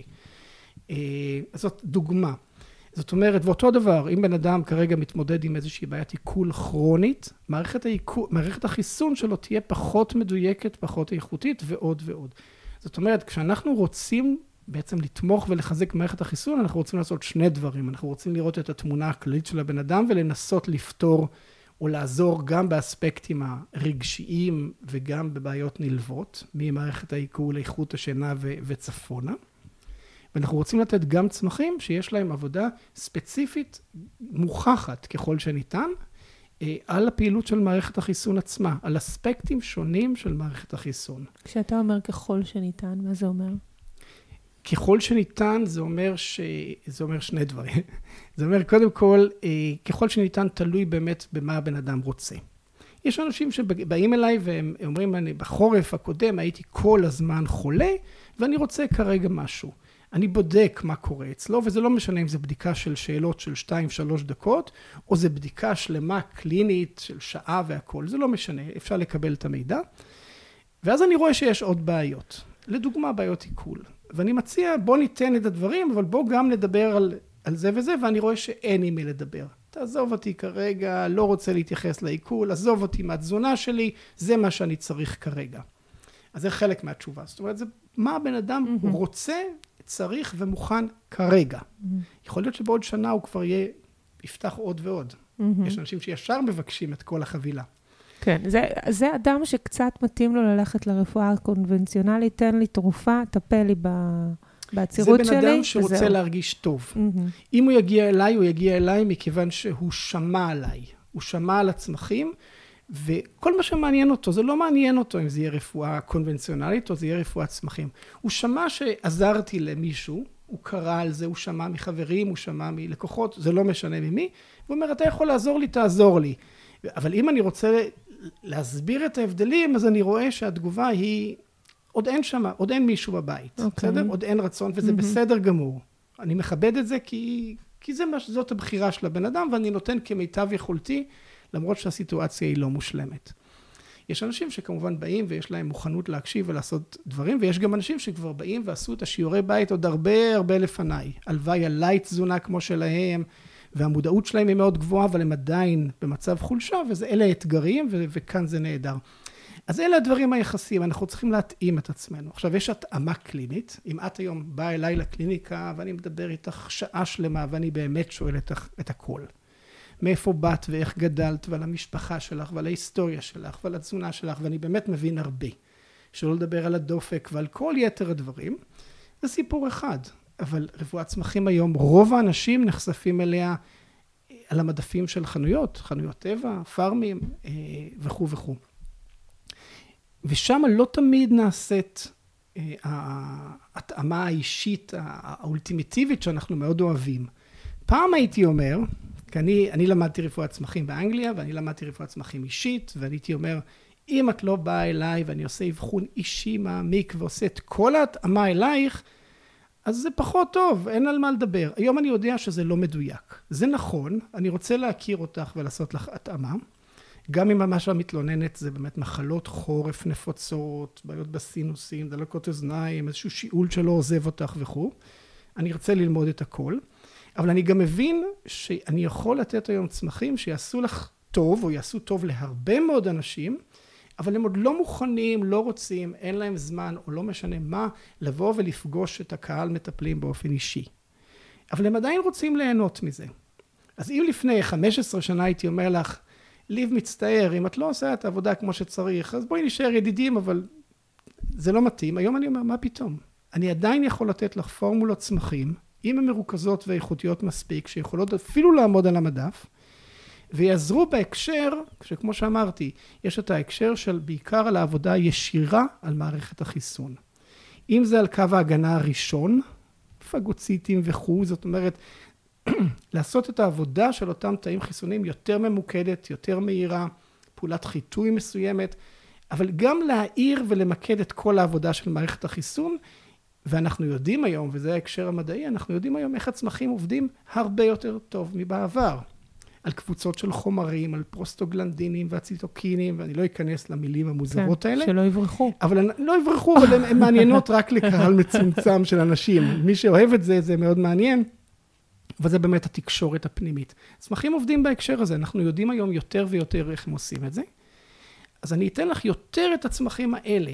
זאת דוגמה. זאת אומרת, ואותו דבר, אם בן אדם כרגע מתמודד עם איזושהי בעיית עיכול כרונית, מערכת, העיכול, מערכת החיסון שלו תהיה פחות מדויקת, פחות איכותית ועוד ועוד. זאת אומרת, כשאנחנו רוצים בעצם לתמוך ולחזק מערכת החיסון, אנחנו רוצים לעשות שני דברים. אנחנו רוצים לראות את התמונה הכללית של הבן אדם ולנסות לפתור או לעזור גם באספקטים הרגשיים וגם בבעיות נלוות, ממערכת העיכול, איכות השינה ו- וצפונה. ואנחנו רוצים לתת גם צמחים שיש להם עבודה ספציפית מוכחת ככל שניתן, על הפעילות של מערכת החיסון עצמה, על אספקטים שונים של מערכת החיסון. כשאתה אומר ככל שניתן, מה זה אומר? ככל שניתן זה אומר, ש... זה אומר שני דברים. זה אומר קודם כל, ככל שניתן תלוי באמת במה הבן אדם רוצה. יש אנשים שבאים אליי והם אומרים, אני בחורף הקודם הייתי כל הזמן חולה, ואני רוצה כרגע משהו. אני בודק מה קורה אצלו, וזה לא משנה אם זה בדיקה של שאלות של שתיים שלוש דקות, או זה בדיקה שלמה קלינית של שעה והכל, זה לא משנה, אפשר לקבל את המידע. ואז אני רואה שיש עוד בעיות. לדוגמה, בעיות עיכול. ואני מציע, בוא ניתן את הדברים, אבל בוא גם נדבר על, על זה וזה, ואני רואה שאין עם מי לדבר. תעזוב אותי כרגע, לא רוצה להתייחס לעיכול, עזוב אותי מהתזונה שלי, זה מה שאני צריך כרגע. אז זה חלק מהתשובה. זאת אומרת, זה מה הבן אדם mm-hmm. רוצה, צריך ומוכן כרגע. Mm-hmm. יכול להיות שבעוד שנה הוא כבר יהיה, יפתח עוד ועוד. Mm-hmm. יש אנשים שישר מבקשים את כל החבילה. כן, זה, זה אדם שקצת מתאים לו ללכת לרפואה הקונבנציונלית, תן לי תרופה, טפל לי בעצירות שלי. זה בן אדם שרוצה וזהו. להרגיש טוב. Mm-hmm. אם הוא יגיע אליי, הוא יגיע אליי מכיוון שהוא שמע עליי. הוא שמע על הצמחים, וכל מה שמעניין אותו, זה לא מעניין אותו אם זה יהיה רפואה קונבנציונלית או זה יהיה רפואת צמחים. הוא שמע שעזרתי למישהו, הוא קרא על זה, הוא שמע מחברים, הוא שמע מלקוחות, זה לא משנה ממי. הוא אומר, אתה יכול לעזור לי, תעזור לי. אבל אם אני רוצה להסביר את ההבדלים, אז אני רואה שהתגובה היא, עוד אין שמה, עוד אין מישהו בבית. Okay. בסדר? עוד אין רצון, וזה mm-hmm. בסדר גמור. אני מכבד את זה כי, כי זה מה, זאת הבחירה של הבן אדם, ואני נותן כמיטב יכולתי, למרות שהסיטואציה היא לא מושלמת. יש אנשים שכמובן באים ויש להם מוכנות להקשיב ולעשות דברים, ויש גם אנשים שכבר באים ועשו את השיעורי בית עוד הרבה הרבה לפניי. הלוואי עליי תזונה כמו שלהם, והמודעות שלהם היא מאוד גבוהה, אבל הם עדיין במצב חולשה, ואלה האתגרים, ו- וכאן זה נהדר. אז אלה הדברים היחסיים, אנחנו צריכים להתאים את עצמנו. עכשיו, יש התאמה קלינית. אם את היום באה אליי לקליניקה, ואני מדבר איתך שעה שלמה, ואני באמת שואל את, את הכל. מאיפה באת ואיך גדלת, ועל המשפחה שלך, ועל ההיסטוריה שלך, ועל התזונה שלך, ואני באמת מבין הרבה. שלא לדבר על הדופק ועל כל יתר הדברים. זה סיפור אחד. אבל רפואת צמחים היום, רוב האנשים נחשפים אליה על המדפים של חנויות, חנויות טבע, פארמים וכו' וכו'. ושם לא תמיד נעשית ההתאמה האישית האולטימטיבית שאנחנו מאוד אוהבים. פעם הייתי אומר, כי אני, אני למדתי רפואת צמחים באנגליה, ואני למדתי רפואת צמחים אישית, ואני הייתי אומר, אם את לא באה אליי ואני עושה אבחון אישי מעמיק ועושה את כל ההתאמה אלייך, אז זה פחות טוב, אין על מה לדבר. היום אני יודע שזה לא מדויק. זה נכון, אני רוצה להכיר אותך ולעשות לך התאמה. גם אם מה שהמתלוננת זה באמת מחלות חורף נפוצות, בעיות בסינוסים, דלקות אוזניים, איזשהו שיעול שלא עוזב אותך וכו'. אני ארצה ללמוד את הכל. אבל אני גם מבין שאני יכול לתת היום צמחים שיעשו לך טוב, או יעשו טוב להרבה מאוד אנשים, אבל הם עוד לא מוכנים, לא רוצים, אין להם זמן, או לא משנה מה, לבוא ולפגוש את הקהל מטפלים באופן אישי. אבל הם עדיין רוצים ליהנות מזה. אז אם לפני חמש עשרה שנה הייתי אומר לך, ליב מצטער, אם את לא עושה את העבודה כמו שצריך, אז בואי נשאר ידידים, אבל זה לא מתאים. היום אני אומר, מה פתאום? אני עדיין יכול לתת לך פורמולות צמחים, אם הן מרוכזות ואיכותיות מספיק, שיכולות אפילו לעמוד על המדף, ויעזרו בהקשר, שכמו שאמרתי, יש את ההקשר של בעיקר על העבודה הישירה על מערכת החיסון. אם זה על קו ההגנה הראשון, פגוציטים וכו', זאת אומרת, לעשות את העבודה של אותם תאים חיסונים יותר ממוקדת, יותר מהירה, פעולת חיטוי מסוימת, אבל גם להעיר ולמקד את כל העבודה של מערכת החיסון, ואנחנו יודעים היום, וזה ההקשר המדעי, אנחנו יודעים היום איך הצמחים עובדים הרבה יותר טוב מבעבר. על קבוצות של חומרים, על פרוסטוגלנדינים והציטוקינים, ואני לא אכנס למילים המוזרות כן, האלה. שלא יברחו. אבל לא יברחו, אבל הן מעניינות רק לקהל מצומצם של אנשים. מי שאוהב את זה, זה מאוד מעניין, וזה באמת התקשורת הפנימית. צמחים עובדים בהקשר הזה, אנחנו יודעים היום יותר ויותר איך הם עושים את זה. אז אני אתן לך יותר את הצמחים האלה,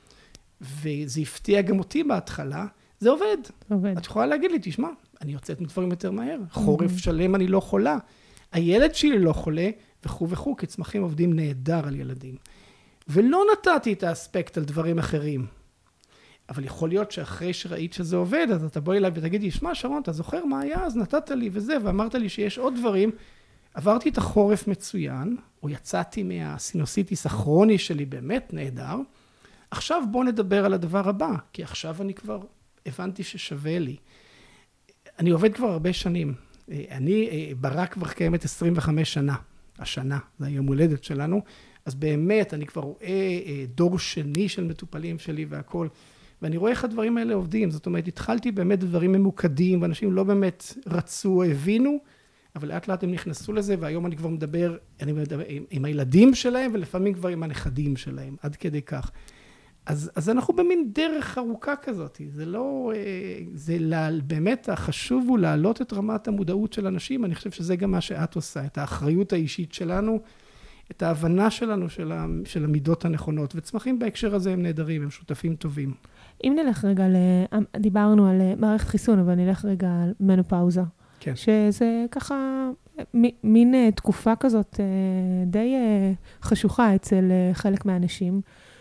וזה הפתיע גם אותי בהתחלה, זה עובד. עובד. את יכולה להגיד לי, תשמע, אני יוצאת מדברים יותר מהר, חורף שלם אני לא חולה. הילד שלי לא חולה, וכו' וכו', כי צמחים עובדים נהדר על ילדים. ולא נתתי את האספקט על דברים אחרים. אבל יכול להיות שאחרי שראית שזה עובד, אז אתה בואי אליי ותגידי, שמע שרון, אתה זוכר מה היה? אז נתת לי וזה, ואמרת לי שיש עוד דברים. עברתי את החורף מצוין, או יצאתי מהסינוסיטיס הכרוני שלי באמת נהדר. עכשיו בוא נדבר על הדבר הבא, כי עכשיו אני כבר הבנתי ששווה לי. אני עובד כבר הרבה שנים. אני, ברק כבר קיימת עשרים וחמש שנה, השנה, זה היום הולדת שלנו, אז באמת אני כבר רואה דור שני של מטופלים שלי והכל, ואני רואה איך הדברים האלה עובדים, זאת אומרת, התחלתי באמת דברים ממוקדים, ואנשים לא באמת רצו, הבינו, אבל לאט לאט הם נכנסו לזה, והיום אני כבר מדבר, אני מדבר עם, עם הילדים שלהם, ולפעמים כבר עם הנכדים שלהם, עד כדי כך. אז, אז אנחנו במין דרך ארוכה כזאת. זה לא, זה לה, באמת החשוב הוא להעלות את רמת המודעות של אנשים. אני חושב שזה גם מה שאת עושה, את האחריות האישית שלנו, את ההבנה שלנו של, ה, של המידות הנכונות. וצמחים בהקשר הזה הם נהדרים, הם שותפים טובים. אם נלך רגע, דיברנו על מערכת חיסון, אבל נלך רגע על מנופאוזה. כן. שזה ככה מין תקופה כזאת די חשוכה אצל חלק מהאנשים.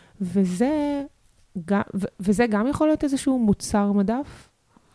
וזה גם, וזה גם יכול להיות איזשהו מוצר מדף?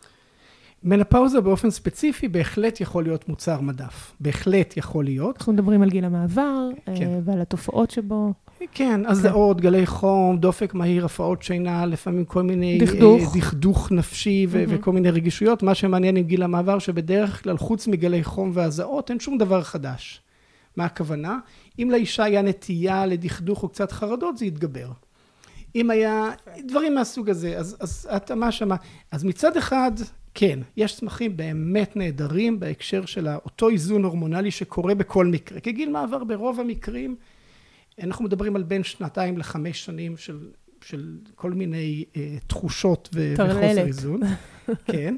מנופאוזה באופן ספציפי בהחלט יכול להיות מוצר מדף. בהחלט יכול להיות. אנחנו מדברים על גיל המעבר, כן. ועל התופעות שבו. כן, אז זה עוד גלי חום, דופק מהיר, הפרעות שינה, לפעמים כל מיני דכדוך, דכדוך נפשי ו- mm-hmm. וכל מיני רגישויות. מה שמעניין עם גיל המעבר, שבדרך כלל חוץ מגלי חום והזעות, אין שום דבר חדש. מה הכוונה? אם לאישה היה נטייה לדכדוך או קצת חרדות, זה יתגבר. אם היה דברים מהסוג הזה, אז, אז את מה שמה, אז מצד אחד, כן, יש צמחים באמת נהדרים בהקשר של אותו איזון הורמונלי שקורה בכל מקרה. כגיל מעבר ברוב המקרים, אנחנו מדברים על בין שנתיים לחמש שנים של, של כל מיני אה, תחושות ו- וחוסר איזון. כן.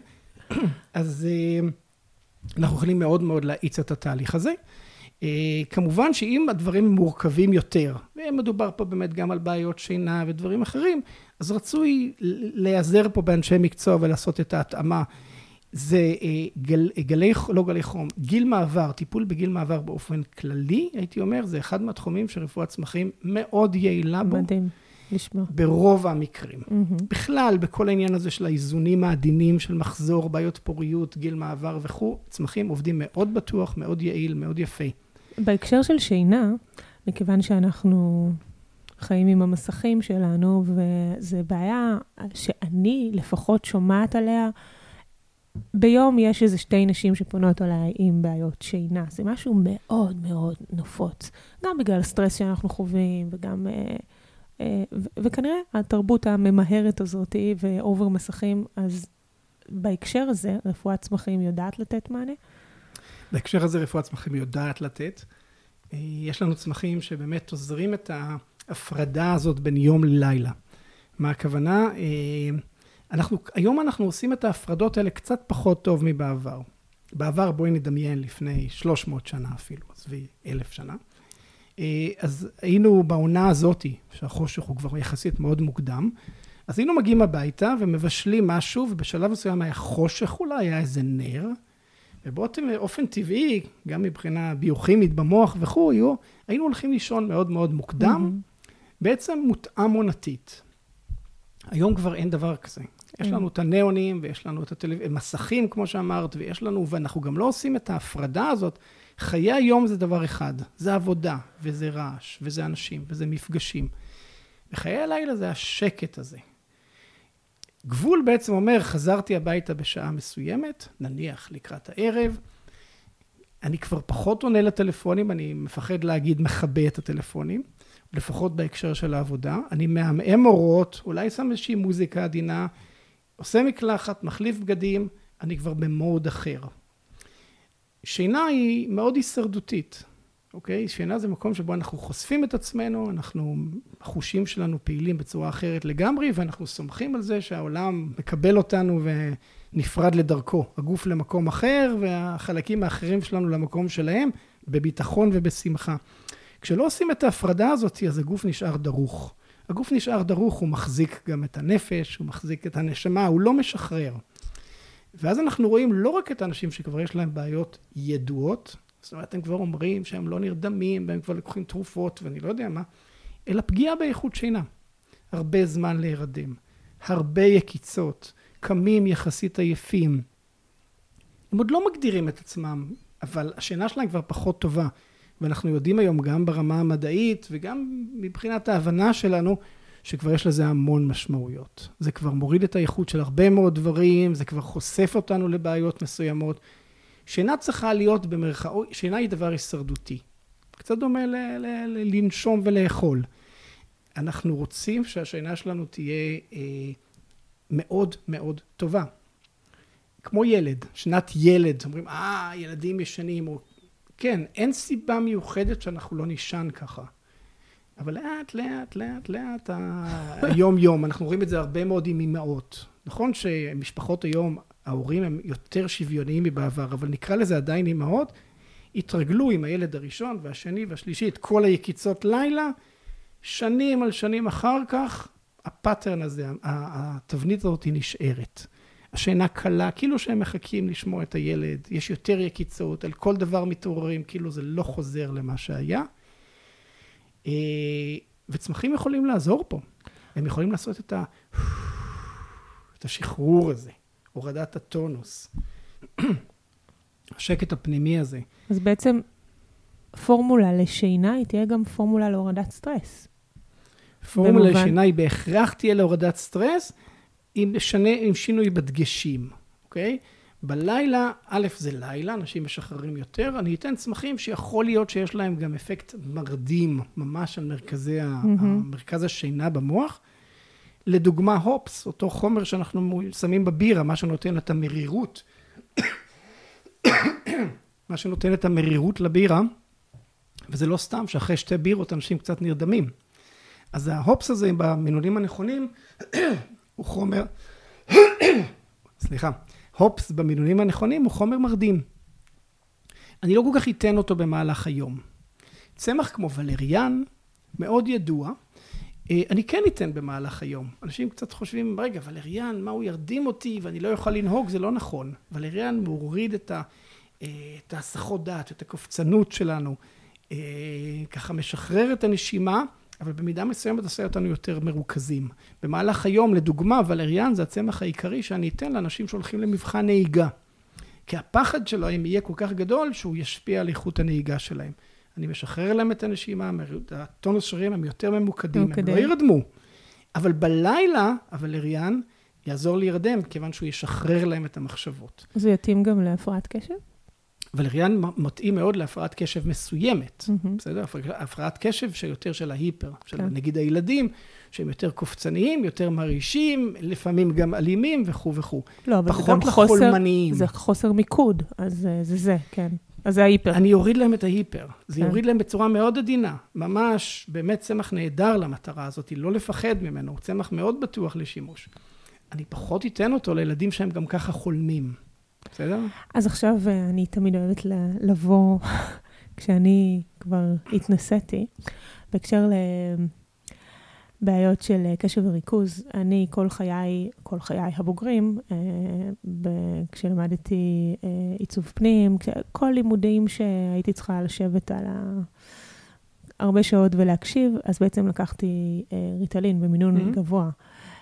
אז אה, אנחנו יכולים מאוד מאוד להאיץ את התהליך הזה. Uh, כמובן שאם הדברים מורכבים יותר, ומדובר פה באמת גם על בעיות שינה ודברים אחרים, אז רצוי להיעזר פה באנשי מקצוע ולעשות את ההתאמה. זה uh, גל, גלי, לא גלי חום, גיל מעבר, טיפול בגיל מעבר באופן כללי, הייתי אומר, זה אחד מהתחומים שרפואת צמחים מאוד יעילה בו. מדהים, לשמוע. ברוב המקרים. Mm-hmm. בכלל, בכל העניין הזה של האיזונים העדינים של מחזור, בעיות פוריות, גיל מעבר וכו', צמחים עובדים מאוד בטוח, מאוד יעיל, מאוד יפה. בהקשר של שינה, מכיוון שאנחנו חיים עם המסכים שלנו, וזו בעיה שאני לפחות שומעת עליה, ביום יש איזה שתי נשים שפונות עליי עם בעיות שינה. זה משהו מאוד מאוד נפוץ. גם בגלל הסטרס שאנחנו חווים, וגם, ו- וכנראה התרבות הממהרת הזאת, ואובר מסכים, אז בהקשר הזה, רפואת צמחים יודעת לתת מענה? בהקשר הזה רפואת צמחים יודעת לתת. יש לנו צמחים שבאמת עוזרים את ההפרדה הזאת בין יום ללילה. מה הכוונה? אנחנו, היום אנחנו עושים את ההפרדות האלה קצת פחות טוב מבעבר. בעבר בואי נדמיין לפני שלוש מאות שנה אפילו, עזבי אלף שנה. אז היינו בעונה הזאת, שהחושך הוא כבר יחסית מאוד מוקדם, אז היינו מגיעים הביתה ומבשלים משהו, ובשלב מסוים היה חושך, אולי היה איזה נר, ובאופן טבעי, גם מבחינה ביוכימית במוח וכו', היינו הולכים לישון מאוד מאוד מוקדם, mm-hmm. בעצם מותאם עונתית. היום כבר אין דבר כזה. יש לנו את הנאונים, ויש לנו את המסכים, כמו שאמרת, ויש לנו, ואנחנו גם לא עושים את ההפרדה הזאת. חיי היום זה דבר אחד, זה עבודה, וזה רעש, וזה אנשים, וזה מפגשים. וחיי הלילה זה השקט הזה. גבול בעצם אומר, חזרתי הביתה בשעה מסוימת, נניח לקראת הערב, אני כבר פחות עונה לטלפונים, אני מפחד להגיד מכבה את הטלפונים, לפחות בהקשר של העבודה, אני מהמם אורות, אולי שם איזושהי מוזיקה עדינה, עושה מקלחת, מחליף בגדים, אני כבר במוד אחר. שינה היא מאוד הישרדותית, אוקיי? שינה זה מקום שבו אנחנו חושפים את עצמנו, אנחנו, החושים שלנו פעילים בצורה אחרת לגמרי, ואנחנו סומכים על זה שהעולם מקבל אותנו ונפרד לדרכו. הגוף למקום אחר, והחלקים האחרים שלנו למקום שלהם, בביטחון ובשמחה. כשלא עושים את ההפרדה הזאת, אז הגוף נשאר דרוך. הגוף נשאר דרוך, הוא מחזיק גם את הנפש, הוא מחזיק את הנשמה, הוא לא משחרר. ואז אנחנו רואים לא רק את האנשים שכבר יש להם בעיות ידועות, זאת אומרת, הם כבר אומרים שהם לא נרדמים, והם כבר לקוחים תרופות, ואני לא יודע מה, אלא פגיעה באיכות שינה. הרבה זמן להירדם, הרבה יקיצות, קמים יחסית עייפים. הם עוד לא מגדירים את עצמם, אבל השינה שלהם כבר פחות טובה. ואנחנו יודעים היום גם ברמה המדעית, וגם מבחינת ההבנה שלנו, שכבר יש לזה המון משמעויות. זה כבר מוריד את האיכות של הרבה מאוד דברים, זה כבר חושף אותנו לבעיות מסוימות. שינה צריכה להיות במרכאות, שינה היא דבר הישרדותי. קצת דומה ל- ל- ל- לנשום ולאכול. אנחנו רוצים שהשינה שלנו תהיה אה, מאוד מאוד טובה. כמו ילד, שנת ילד, אומרים, אה, ילדים ישנים, או... כן, אין סיבה מיוחדת שאנחנו לא נישן ככה. אבל לאט, לאט, לאט, לאט, היום יום, אנחנו רואים את זה הרבה מאוד עם אמהות. נכון שמשפחות היום, ההורים הם יותר שוויוניים מבעבר, אבל נקרא לזה עדיין אמהות, התרגלו עם הילד הראשון והשני והשלישי, את כל היקיצות לילה, שנים על שנים אחר כך, הפאטרן הזה, התבנית הזאת היא נשארת. השינה קלה, כאילו שהם מחכים לשמוע את הילד, יש יותר יקיצות, על כל דבר מתעוררים, כאילו זה לא חוזר למה שהיה. וצמחים יכולים לעזור פה. הם יכולים לעשות את, ה... את השחרור הזה, הורדת הטונוס, השקט הפנימי הזה. אז בעצם פורמולה לשינה היא תהיה גם פורמולה להורדת סטרס. פורמולה במובן... לשינה היא בהכרח תהיה להורדת סטרס, עם, שני, עם שינוי בדגשים, אוקיי? בלילה, א' זה לילה, אנשים משחררים יותר, אני אתן צמחים שיכול להיות שיש להם גם אפקט מרדים, ממש על מרכזי, mm-hmm. מרכז השינה במוח. לדוגמה, הופס, אותו חומר שאנחנו שמים בבירה, מה שנותן את המרירות, מה שנותן את המרירות לבירה, וזה לא סתם שאחרי שתי בירות אנשים קצת נרדמים. אז ההופס הזה במינונים הנכונים, הוא חומר, סליחה, הופס במינונים הנכונים הוא חומר מרדים. אני לא כל כך אתן אותו במהלך היום. צמח כמו ולריאן, מאוד ידוע, אני כן אתן במהלך היום. אנשים קצת חושבים, רגע, ולריאן, מה הוא ירדים אותי ואני לא יוכל לנהוג, זה לא נכון. ולריאן מוריד את, ה, את ההסחות דעת, את הקופצנות שלנו, ככה משחרר את הנשימה, אבל במידה מסוימת עושה אותנו יותר מרוכזים. במהלך היום, לדוגמה, ולריאן זה הצמח העיקרי שאני אתן לאנשים שהולכים למבחן נהיגה. כי הפחד שלהם יהיה כל כך גדול שהוא ישפיע על איכות הנהיגה שלהם. אני משחרר להם את הנשימה, הטונוס שרירים הם יותר ממוקדים, הם לא ירדמו. אבל בלילה, הוולריאן יעזור להירדם, כיוון שהוא ישחרר להם את המחשבות. זה יתאים גם להפרעת קשב? ולריאן מתאים מאוד להפרעת קשב מסוימת, mm-hmm. בסדר? הפרעת קשב שיותר של ההיפר, של כן. נגיד הילדים, שהם יותר קופצניים, יותר מרעישים, לפעמים גם אלימים וכו' וכו'. לא, אבל זה גם חוסר, זה חוסר מיקוד, אז זה זה, זה כן. אז זה ההיפר. אני אוריד להם את ההיפר. זה כן. יוריד להם בצורה מאוד עדינה. ממש, באמת צמח נהדר למטרה הזאת, לא לפחד ממנו. צמח מאוד בטוח לשימוש. אני פחות אתן אותו לילדים שהם גם ככה חולמים. בסדר? אז עכשיו אני תמיד אוהבת לבוא, כשאני כבר התנסיתי, בהקשר לבעיות של קשב וריכוז, אני כל חיי, כל חיי הבוגרים, כשלמדתי עיצוב פנים, כל לימודים שהייתי צריכה לשבת על הרבה שעות ולהקשיב, אז בעצם לקחתי ריטלין במינון גבוה.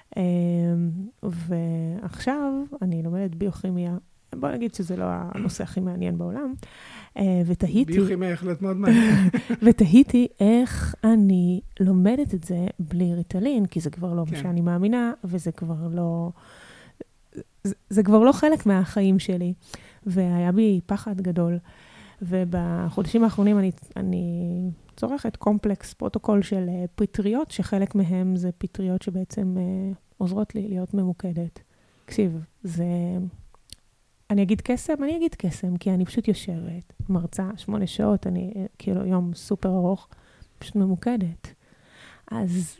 ועכשיו אני לומדת ביוכימיה, בוא נגיד שזה לא הנושא הכי מעניין בעולם, ותהיתי... ביוכימיה יכולת מאוד מעניין. ותהיתי איך אני לומדת את זה בלי ריטלין, כי זה כבר לא מה שאני מאמינה, וזה כבר לא... זה כבר לא חלק מהחיים שלי, והיה בי פחד גדול, ובחודשים האחרונים אני, אני צורכת קומפלקס, פרוטוקול של פטריות, שחלק מהם זה פטריות שבעצם עוזרות לי להיות ממוקדת. תקשיב, זה... אני אגיד קסם, אני אגיד קסם, כי אני פשוט יושבת, מרצה שמונה שעות, אני כאילו יום סופר ארוך, פשוט ממוקדת. אז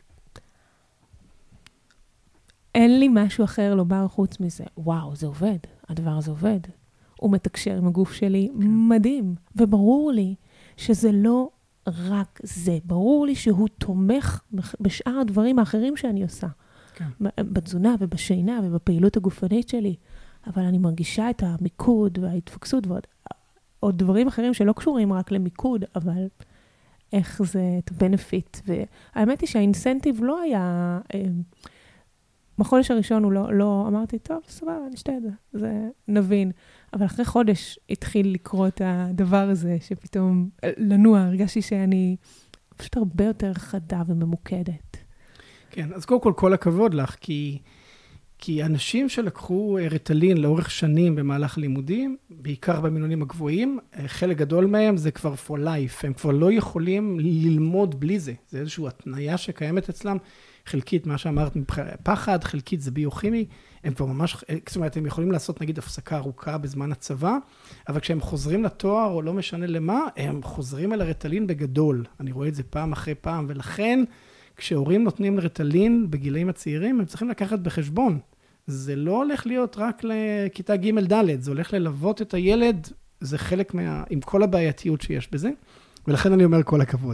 אין לי משהו אחר לומר חוץ מזה. וואו, זה עובד, הדבר הזה עובד. הוא מתקשר עם הגוף שלי, מדהים. וברור לי שזה לא רק זה. ברור לי שהוא תומך בשאר הדברים האחרים שאני עושה. כן. בתזונה ובשינה ובפעילות הגופנית שלי. אבל אני מרגישה את המיקוד וההתפקסות ועוד עוד דברים אחרים שלא קשורים רק למיקוד, אבל איך זה את benefit. והאמת היא שהאינסנטיב לא היה... בחודש הראשון הוא לא, לא אמרתי, טוב, סבבה, נשתה את זה, זה נבין. אבל אחרי חודש התחיל לקרוא את הדבר הזה, שפתאום לנוע, הרגשתי שאני פשוט הרבה יותר חדה וממוקדת. כן, אז קודם כל, כל הכבוד לך, כי, כי אנשים שלקחו ריטלין לאורך שנים במהלך לימודים, בעיקר במינונים הגבוהים, חלק גדול מהם זה כבר for life, הם כבר לא יכולים ללמוד בלי זה, זה איזושהי התניה שקיימת אצלם, חלקית, מה שאמרת, פחד, חלקית זה ביוכימי, הם כבר ממש, זאת אומרת, הם יכולים לעשות נגיד הפסקה ארוכה בזמן הצבא, אבל כשהם חוזרים לתואר או לא משנה למה, הם חוזרים אל הרטלין בגדול, אני רואה את זה פעם אחרי פעם, ולכן כשהורים נותנים לרטלין בגילאים הצעירים, הם צריכים לקחת בחשבון, זה לא הולך להיות רק לכיתה ג' ד', זה הולך ללוות את הילד, זה חלק מה, עם כל הבעייתיות שיש בזה, ולכן אני אומר כל הכבוד.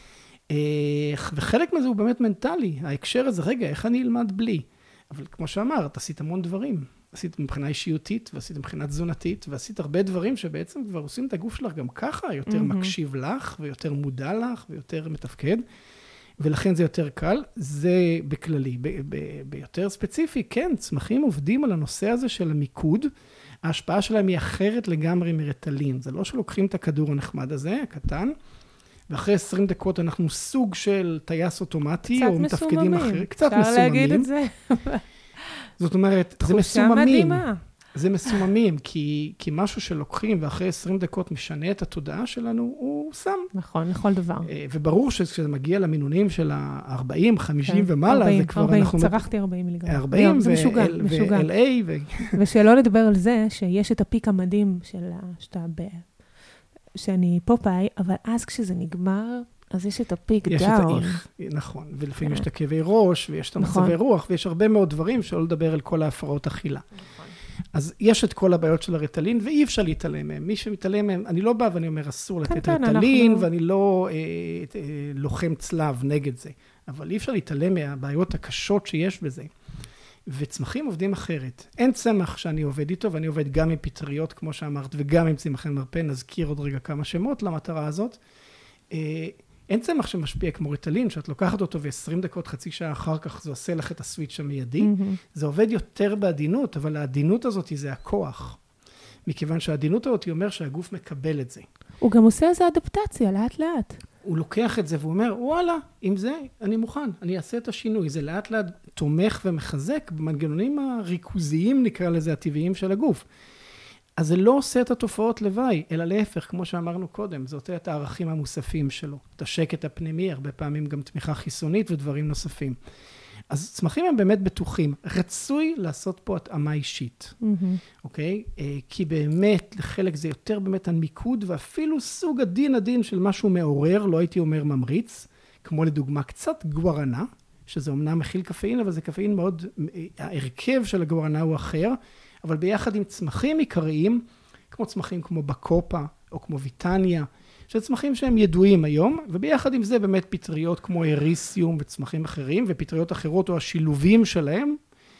וחלק מזה הוא באמת מנטלי, ההקשר הזה, רגע, איך אני אלמד בלי? אבל כמו שאמרת, עשית המון דברים, עשית מבחינה אישיותית, ועשית מבחינה תזונתית, ועשית הרבה דברים שבעצם כבר עושים את הגוף שלך גם ככה, יותר מקשיב לך, ויותר מודע לך, ויותר מתפקד, ולכן זה יותר קל, זה בכללי, ב- ב- ביותר ספציפי, כן, צמחים עובדים על הנושא הזה של המיקוד, ההשפעה שלהם היא אחרת לגמרי מרטלין, זה לא שלוקחים את הכדור הנחמד הזה, הקטן, ואחרי עשרים דקות אנחנו סוג של טייס אוטומטי, או מתפקדים אחרים, קצת מסוממים. אפשר להגיד את זה. זאת אומרת, זה מסוממים. זה מסוממים, כי, כי משהו שלוקחים ואחרי עשרים דקות משנה את התודעה שלנו, הוא סם. נכון, לכל דבר. וברור שכשזה מגיע למינונים של ה-ארבעים, חמישים ומעלה, ארבעים, זה כבר ארבעים, אנחנו... צרכתי ארבעים מיליגרם. ארבעים, זה משוגע, משוגע. ו-אל איי. ו... ושלא לדבר על זה, שיש את הפיק המדהים של שאתה ב... שאני פופאי, אבל אז כשזה נגמר, אז יש את הפיק דאון. יש את האיך, נכון. ולפעמים יש את הכאבי ראש, ויש את המצבי רוח, ויש הרבה מאוד דברים שלא לדבר על כל ההפרעות אכילה. אז יש את כל הבעיות של הרטלין, ואי אפשר להתעלם מהם. מי שמתעלם מהם, אני לא בא ואני אומר, אסור לתת רטלין, ואני לא לוחם צלב נגד זה. אבל אי אפשר להתעלם מהבעיות הקשות שיש בזה. וצמחים עובדים אחרת. אין צמח שאני עובד איתו, ואני עובד גם עם פטריות, כמו שאמרת, וגם עם צמחי מרפא, נזכיר עוד רגע כמה שמות למטרה הזאת. אין צמח שמשפיע כמו ריטלין, שאת לוקחת אותו ו-עשרים דקות, חצי שעה אחר כך, זה עושה לך את הסוויץ' המיידי. Mm-hmm. זה עובד יותר בעדינות, אבל העדינות הזאת זה הכוח. מכיוון שהעדינות הזאת היא אומר שהגוף מקבל את זה. הוא גם עושה איזו אדפטציה, לאט לאט. הוא לוקח את זה והוא אומר, וואלה, עם זה אני מוכן, אני אעשה את השינוי. זה לאט לאט תומך ומחזק במנגנונים הריכוזיים, נקרא לזה, הטבעיים של הגוף. אז זה לא עושה את התופעות לוואי, אלא להפך, כמו שאמרנו קודם, זה עושה את הערכים המוספים שלו. את השקט הפנימי, הרבה פעמים גם תמיכה חיסונית ודברים נוספים. אז צמחים הם באמת בטוחים. רצוי לעשות פה התאמה אישית, אוקיי? כי באמת, לחלק זה יותר באמת המיקוד, ואפילו סוג הדין הדין של משהו מעורר, לא הייתי אומר ממריץ, כמו לדוגמה קצת גוארנה, שזה אומנם מכיל קפאין, אבל זה קפאין מאוד, ההרכב של הגוארנה הוא אחר, אבל ביחד עם צמחים עיקריים, כמו צמחים כמו בקופה, או כמו ויטניה, שזה צמחים שהם ידועים היום, וביחד עם זה באמת פטריות כמו אריסיום וצמחים אחרים, ופטריות אחרות או השילובים שלהם,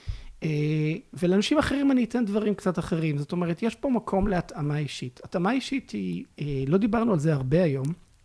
ולאנשים אחרים אני אתן דברים קצת אחרים. זאת אומרת, יש פה מקום להתאמה אישית. התאמה אישית היא, לא דיברנו על זה הרבה היום,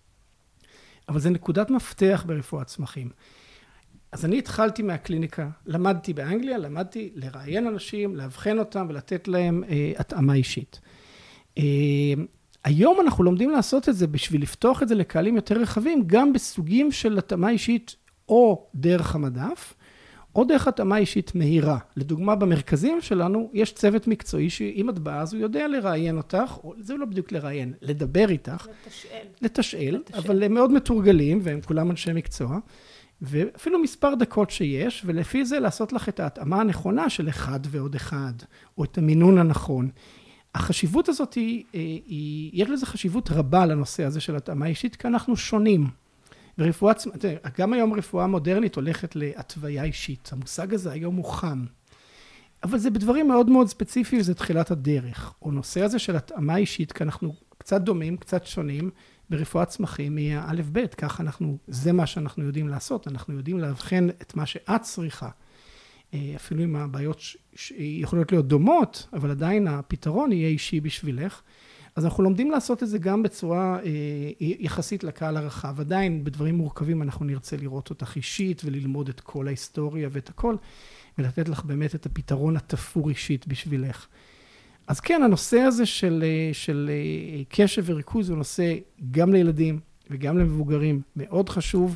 אבל זה נקודת מפתח ברפואת צמחים. אז אני התחלתי מהקליניקה, למדתי באנגליה, למדתי לראיין אנשים, להבחן אותם ולתת להם אה, התאמה אישית. אה, היום אנחנו לומדים לעשות את זה בשביל לפתוח את זה לקהלים יותר רחבים, גם בסוגים של התאמה אישית או דרך המדף, או דרך התאמה אישית מהירה. לדוגמה, במרכזים שלנו יש צוות מקצועי שאם את באה, אז הוא יודע לראיין אותך, או זה לא בדיוק לראיין, לדבר איתך. לתשאל. לתשאל, לתשאל. אבל הם מאוד מתורגלים, והם כולם אנשי מקצוע. ואפילו מספר דקות שיש, ולפי זה לעשות לך את ההתאמה הנכונה של אחד ועוד אחד, או את המינון הנכון. החשיבות הזאת היא, היא, יש לזה חשיבות רבה לנושא הזה של התאמה אישית, כי אנחנו שונים. ורפואה, גם היום רפואה מודרנית הולכת להתוויה אישית. המושג הזה היום הוא חם. אבל זה בדברים מאוד מאוד ספציפיים, זה תחילת הדרך. או נושא הזה של התאמה אישית, כי אנחנו קצת דומים, קצת שונים, ברפואת צמחים היא האלף בית, ככה אנחנו, זה מה שאנחנו יודעים לעשות, אנחנו יודעים להבחן את מה שאת צריכה, אפילו אם הבעיות יכולות להיות דומות, אבל עדיין הפתרון יהיה אישי בשבילך, אז אנחנו לומדים לעשות את זה גם בצורה יחסית לקהל הרחב, עדיין בדברים מורכבים אנחנו נרצה לראות אותך אישית, וללמוד את כל ההיסטוריה ואת הכל, ולתת לך באמת את הפתרון התפור אישית בשבילך. אז כן, הנושא הזה של, של קשב וריכוז הוא נושא גם לילדים וגם למבוגרים מאוד חשוב.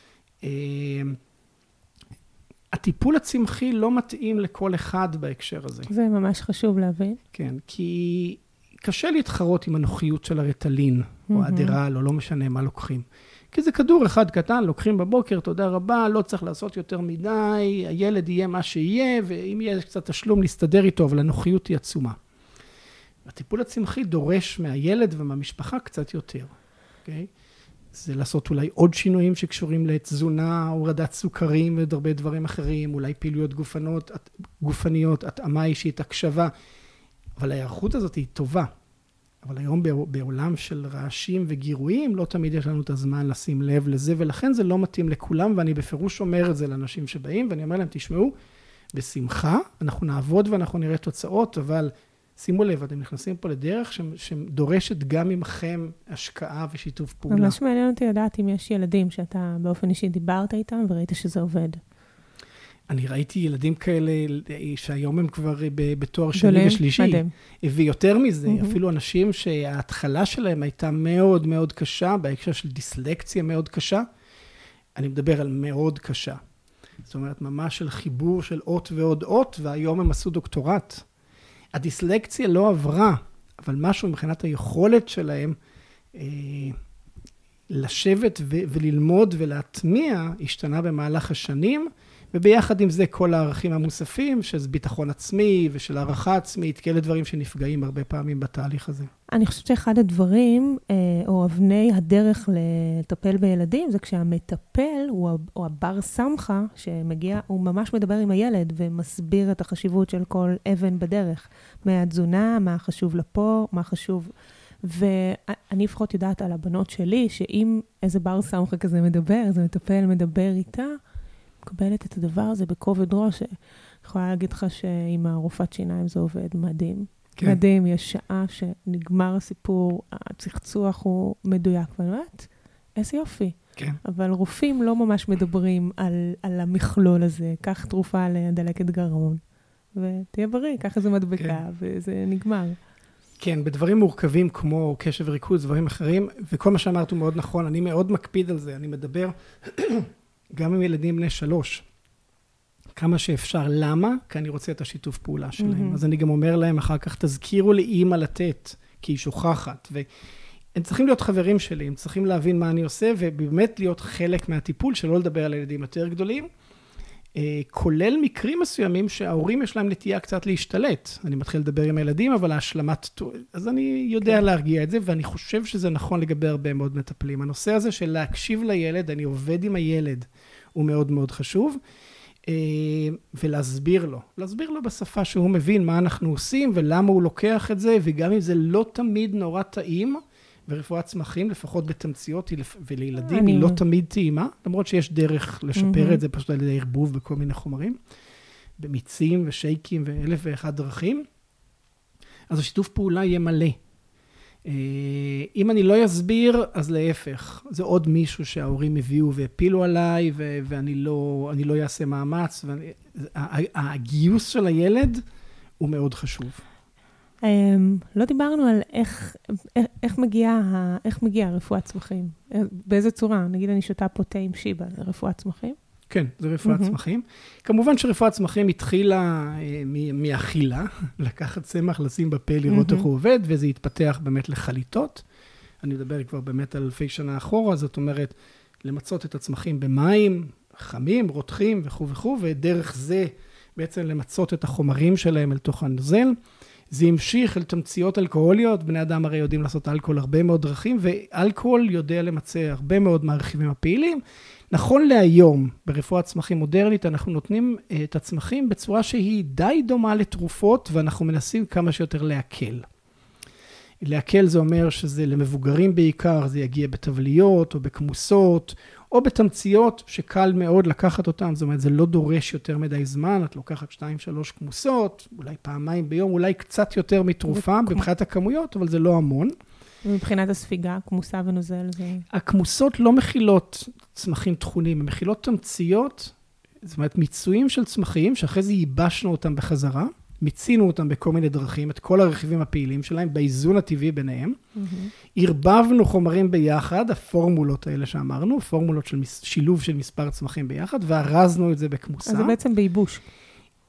הטיפול הצמחי לא מתאים לכל אחד בהקשר הזה. זה ממש חשוב להבין. כן, כי קשה להתחרות עם הנוחיות של הרטלין, mm-hmm. או הדרל, או לא משנה מה לוקחים. כי זה כדור אחד קטן, לוקחים בבוקר, תודה רבה, לא צריך לעשות יותר מדי, הילד יהיה מה שיהיה, ואם יהיה קצת תשלום, נסתדר איתו, אבל הנוחיות היא עצומה. הטיפול הצמחי דורש מהילד ומהמשפחה קצת יותר, אוקיי? זה לעשות אולי עוד שינויים שקשורים לתזונה, הורדת סוכרים ועוד הרבה דברים אחרים, אולי פעילויות גופנות, גופניות, התאמה אישית, הקשבה, אבל ההיערכות הזאת היא טובה. אבל היום בעולם של רעשים וגירויים, לא תמיד יש לנו את הזמן לשים לב לזה, ולכן זה לא מתאים לכולם, ואני בפירוש אומר את זה לאנשים שבאים, ואני אומר להם, תשמעו, בשמחה, אנחנו נעבוד ואנחנו נראה תוצאות, אבל שימו לב, אתם נכנסים פה לדרך שדורשת גם ממכם השקעה ושיתוף פעולה. ממש מעניין אותי לדעת אם יש ילדים שאתה באופן אישי דיברת איתם, וראית שזה עובד. אני ראיתי ילדים כאלה שהיום הם כבר בתואר שני ושלישי. מדהים. ויותר מזה, mm-hmm. אפילו אנשים שההתחלה שלהם הייתה מאוד מאוד קשה, בהקשר של דיסלקציה מאוד קשה. אני מדבר על מאוד קשה. זאת אומרת, ממש של חיבור של אות ועוד אות, והיום הם עשו דוקטורט. הדיסלקציה לא עברה, אבל משהו מבחינת היכולת שלהם אה, לשבת ו- וללמוד ולהטמיע השתנה במהלך השנים, וביחד עם זה כל הערכים המוספים, שזה ביטחון עצמי ושל הערכה עצמית, כאלה דברים שנפגעים הרבה פעמים בתהליך הזה. אני חושבת שאחד הדברים, או אבני הדרך לטפל בילדים, זה כשהמטפל, או הבר סמכה, שמגיע, הוא ממש מדבר עם הילד, ומסביר את החשיבות של כל אבן בדרך. מהתזונה, מה חשוב לפה, מה חשוב... ואני לפחות יודעת על הבנות שלי, שאם איזה בר סמכה כזה מדבר, איזה מטפל מדבר איתה, מקבלת את הדבר הזה בכובד ראש. אני יכולה להגיד לך שעם הרופאת שיניים זה עובד מדהים. כן. מדהים, יש שעה שנגמר הסיפור, הצחצוח הוא מדויק, ואני אומרת, איזה יופי. כן. אבל רופאים לא ממש מדברים על, על המכלול הזה. קח תרופה לדלקת גרון, ותהיה בריא, קח איזה מדבקה, כן. וזה נגמר. כן, בדברים מורכבים כמו קשב וריכוז, דברים אחרים, וכל מה שאמרת הוא מאוד נכון, אני מאוד מקפיד על זה, אני מדבר גם עם ילדים בני שלוש, כמה שאפשר. למה? כי אני רוצה את השיתוף פעולה שלהם. Mm-hmm. אז אני גם אומר להם אחר כך, תזכירו לי אימא לתת, כי היא שוכחת. והם צריכים להיות חברים שלי, הם צריכים להבין מה אני עושה, ובאמת להיות חלק מהטיפול, שלא לדבר על ילדים יותר גדולים, כולל מקרים מסוימים שההורים יש להם נטייה קצת להשתלט. אני מתחיל לדבר עם הילדים, אבל ההשלמת... אז אני יודע כן. להרגיע את זה, ואני חושב שזה נכון לגבי הרבה מאוד מטפלים. הנושא הזה של להקשיב לילד, אני עובד עם הילד, הוא מאוד מאוד חשוב, ולהסביר לו. להסביר לו בשפה שהוא מבין מה אנחנו עושים, ולמה הוא לוקח את זה, וגם אם זה לא תמיד נורא טעים, ורפואת צמחים, לפחות בתמציות, ולילדים, היא לא תמיד טעימה, למרות שיש דרך לשפר את זה פשוט על ידי ערבוב בכל מיני חומרים, במיצים ושייקים ואלף ואחד דרכים, אז השיתוף פעולה יהיה מלא. אם אני לא אסביר, אז להפך, זה עוד מישהו שההורים הביאו והפילו עליי, ואני לא, אני לא אעשה מאמץ, והגיוס של הילד הוא מאוד חשוב. לא דיברנו על איך, איך מגיעה, איך מגיעה רפואת צמחים, באיזה צורה, נגיד אני שותה פה תה עם שיבה, זה רפואת צמחים? כן, זה רפואת mm-hmm. צמחים. כמובן שרפואת צמחים התחילה מאכילה, לקחת צמח, לשים בפה, לראות mm-hmm. איך הוא עובד, וזה התפתח באמת לחליטות. אני מדבר כבר באמת על אלפי שנה אחורה, זאת אומרת, למצות את הצמחים במים, חמים, רותחים וכו' וכו', ודרך זה בעצם למצות את החומרים שלהם אל תוך הנוזל. זה המשיך אל תמציות אלכוהוליות, בני אדם הרי יודעים לעשות אלכוהול הרבה מאוד דרכים, ואלכוהול יודע למצא הרבה מאוד מהרכיבים הפעילים. נכון להיום, ברפואת צמחים מודרנית, אנחנו נותנים את הצמחים בצורה שהיא די דומה לתרופות, ואנחנו מנסים כמה שיותר להקל. להקל זה אומר שזה למבוגרים בעיקר, זה יגיע בתבליות או בכמוסות, או בתמציות שקל מאוד לקחת אותם, זאת אומרת, זה לא דורש יותר מדי זמן, את לוקחת שתיים, שלוש כמוסות, אולי פעמיים ביום, אולי קצת יותר מתרופה, מבחינת הכמויות, אבל זה לא המון. ומבחינת הספיגה, כמוסה ונוזל זה... הכמוסות לא מכילות צמחים תכונים, הן מכילות תמציות, זאת אומרת, מיצויים של צמחים, שאחרי זה ייבשנו אותם בחזרה, מיצינו אותם בכל מיני דרכים, את כל הרכיבים הפעילים שלהם, באיזון הטבעי ביניהם. ערבבנו חומרים ביחד, הפורמולות האלה שאמרנו, פורמולות של שילוב של מספר צמחים ביחד, והרזנו את זה בכמוסה. אז זה בעצם בייבוש.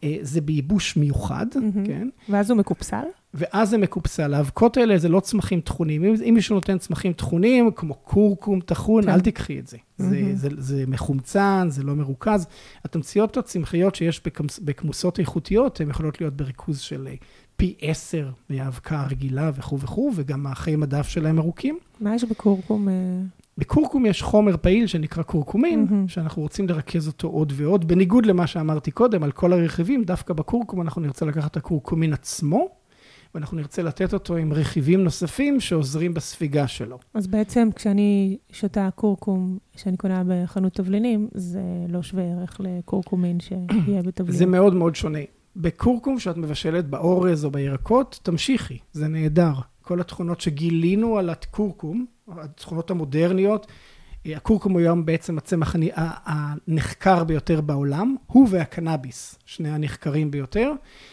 זה בייבוש מיוחד, Mm-hmm. כן? ואז הוא מקופסל? ואז זה מקופסל. האבקות האלה זה לא צמחים תכונים. אם, אם מישהו נותן צמחים תכונים, כמו קורקום תכון, כן. אל תקחי את זה. Mm-hmm. זה, זה, זה מחומצן, זה לא מרוכז. התמציות הצמחיות שיש בכמוס, בכמוסות איכותיות, הן יכולות להיות בריכוז של פי עשר מהאבקה הרגילה וכו' וכו', וגם החיי מדף שלהם ארוכים. מה יש בקורקום? בקורקום יש חומר פעיל שנקרא קורקומין, mm-hmm. שאנחנו רוצים לרכז אותו עוד ועוד, בניגוד למה שאמרתי קודם, על כל הרכיבים, דווקא בקורקום אנחנו נרצה לקחת את הקורקומין עצמו, ואנחנו נרצה לתת אותו עם רכיבים נוספים שעוזרים בספיגה שלו. אז בעצם כשאני שותה קורקום, שאני קונה בחנות תבלינים, זה לא שווה ערך לקורקומין שיהיה בתבלין. זה מאוד מאוד שונה. בקורקום שאת מבשלת באורז או בירקות, תמשיכי, זה נהדר. כל התכונות שגילינו על הקורקום, התכונות המודרניות, הקורקום הוא היום בעצם הצמח הנחקר ביותר בעולם, הוא והקנאביס, שני הנחקרים ביותר,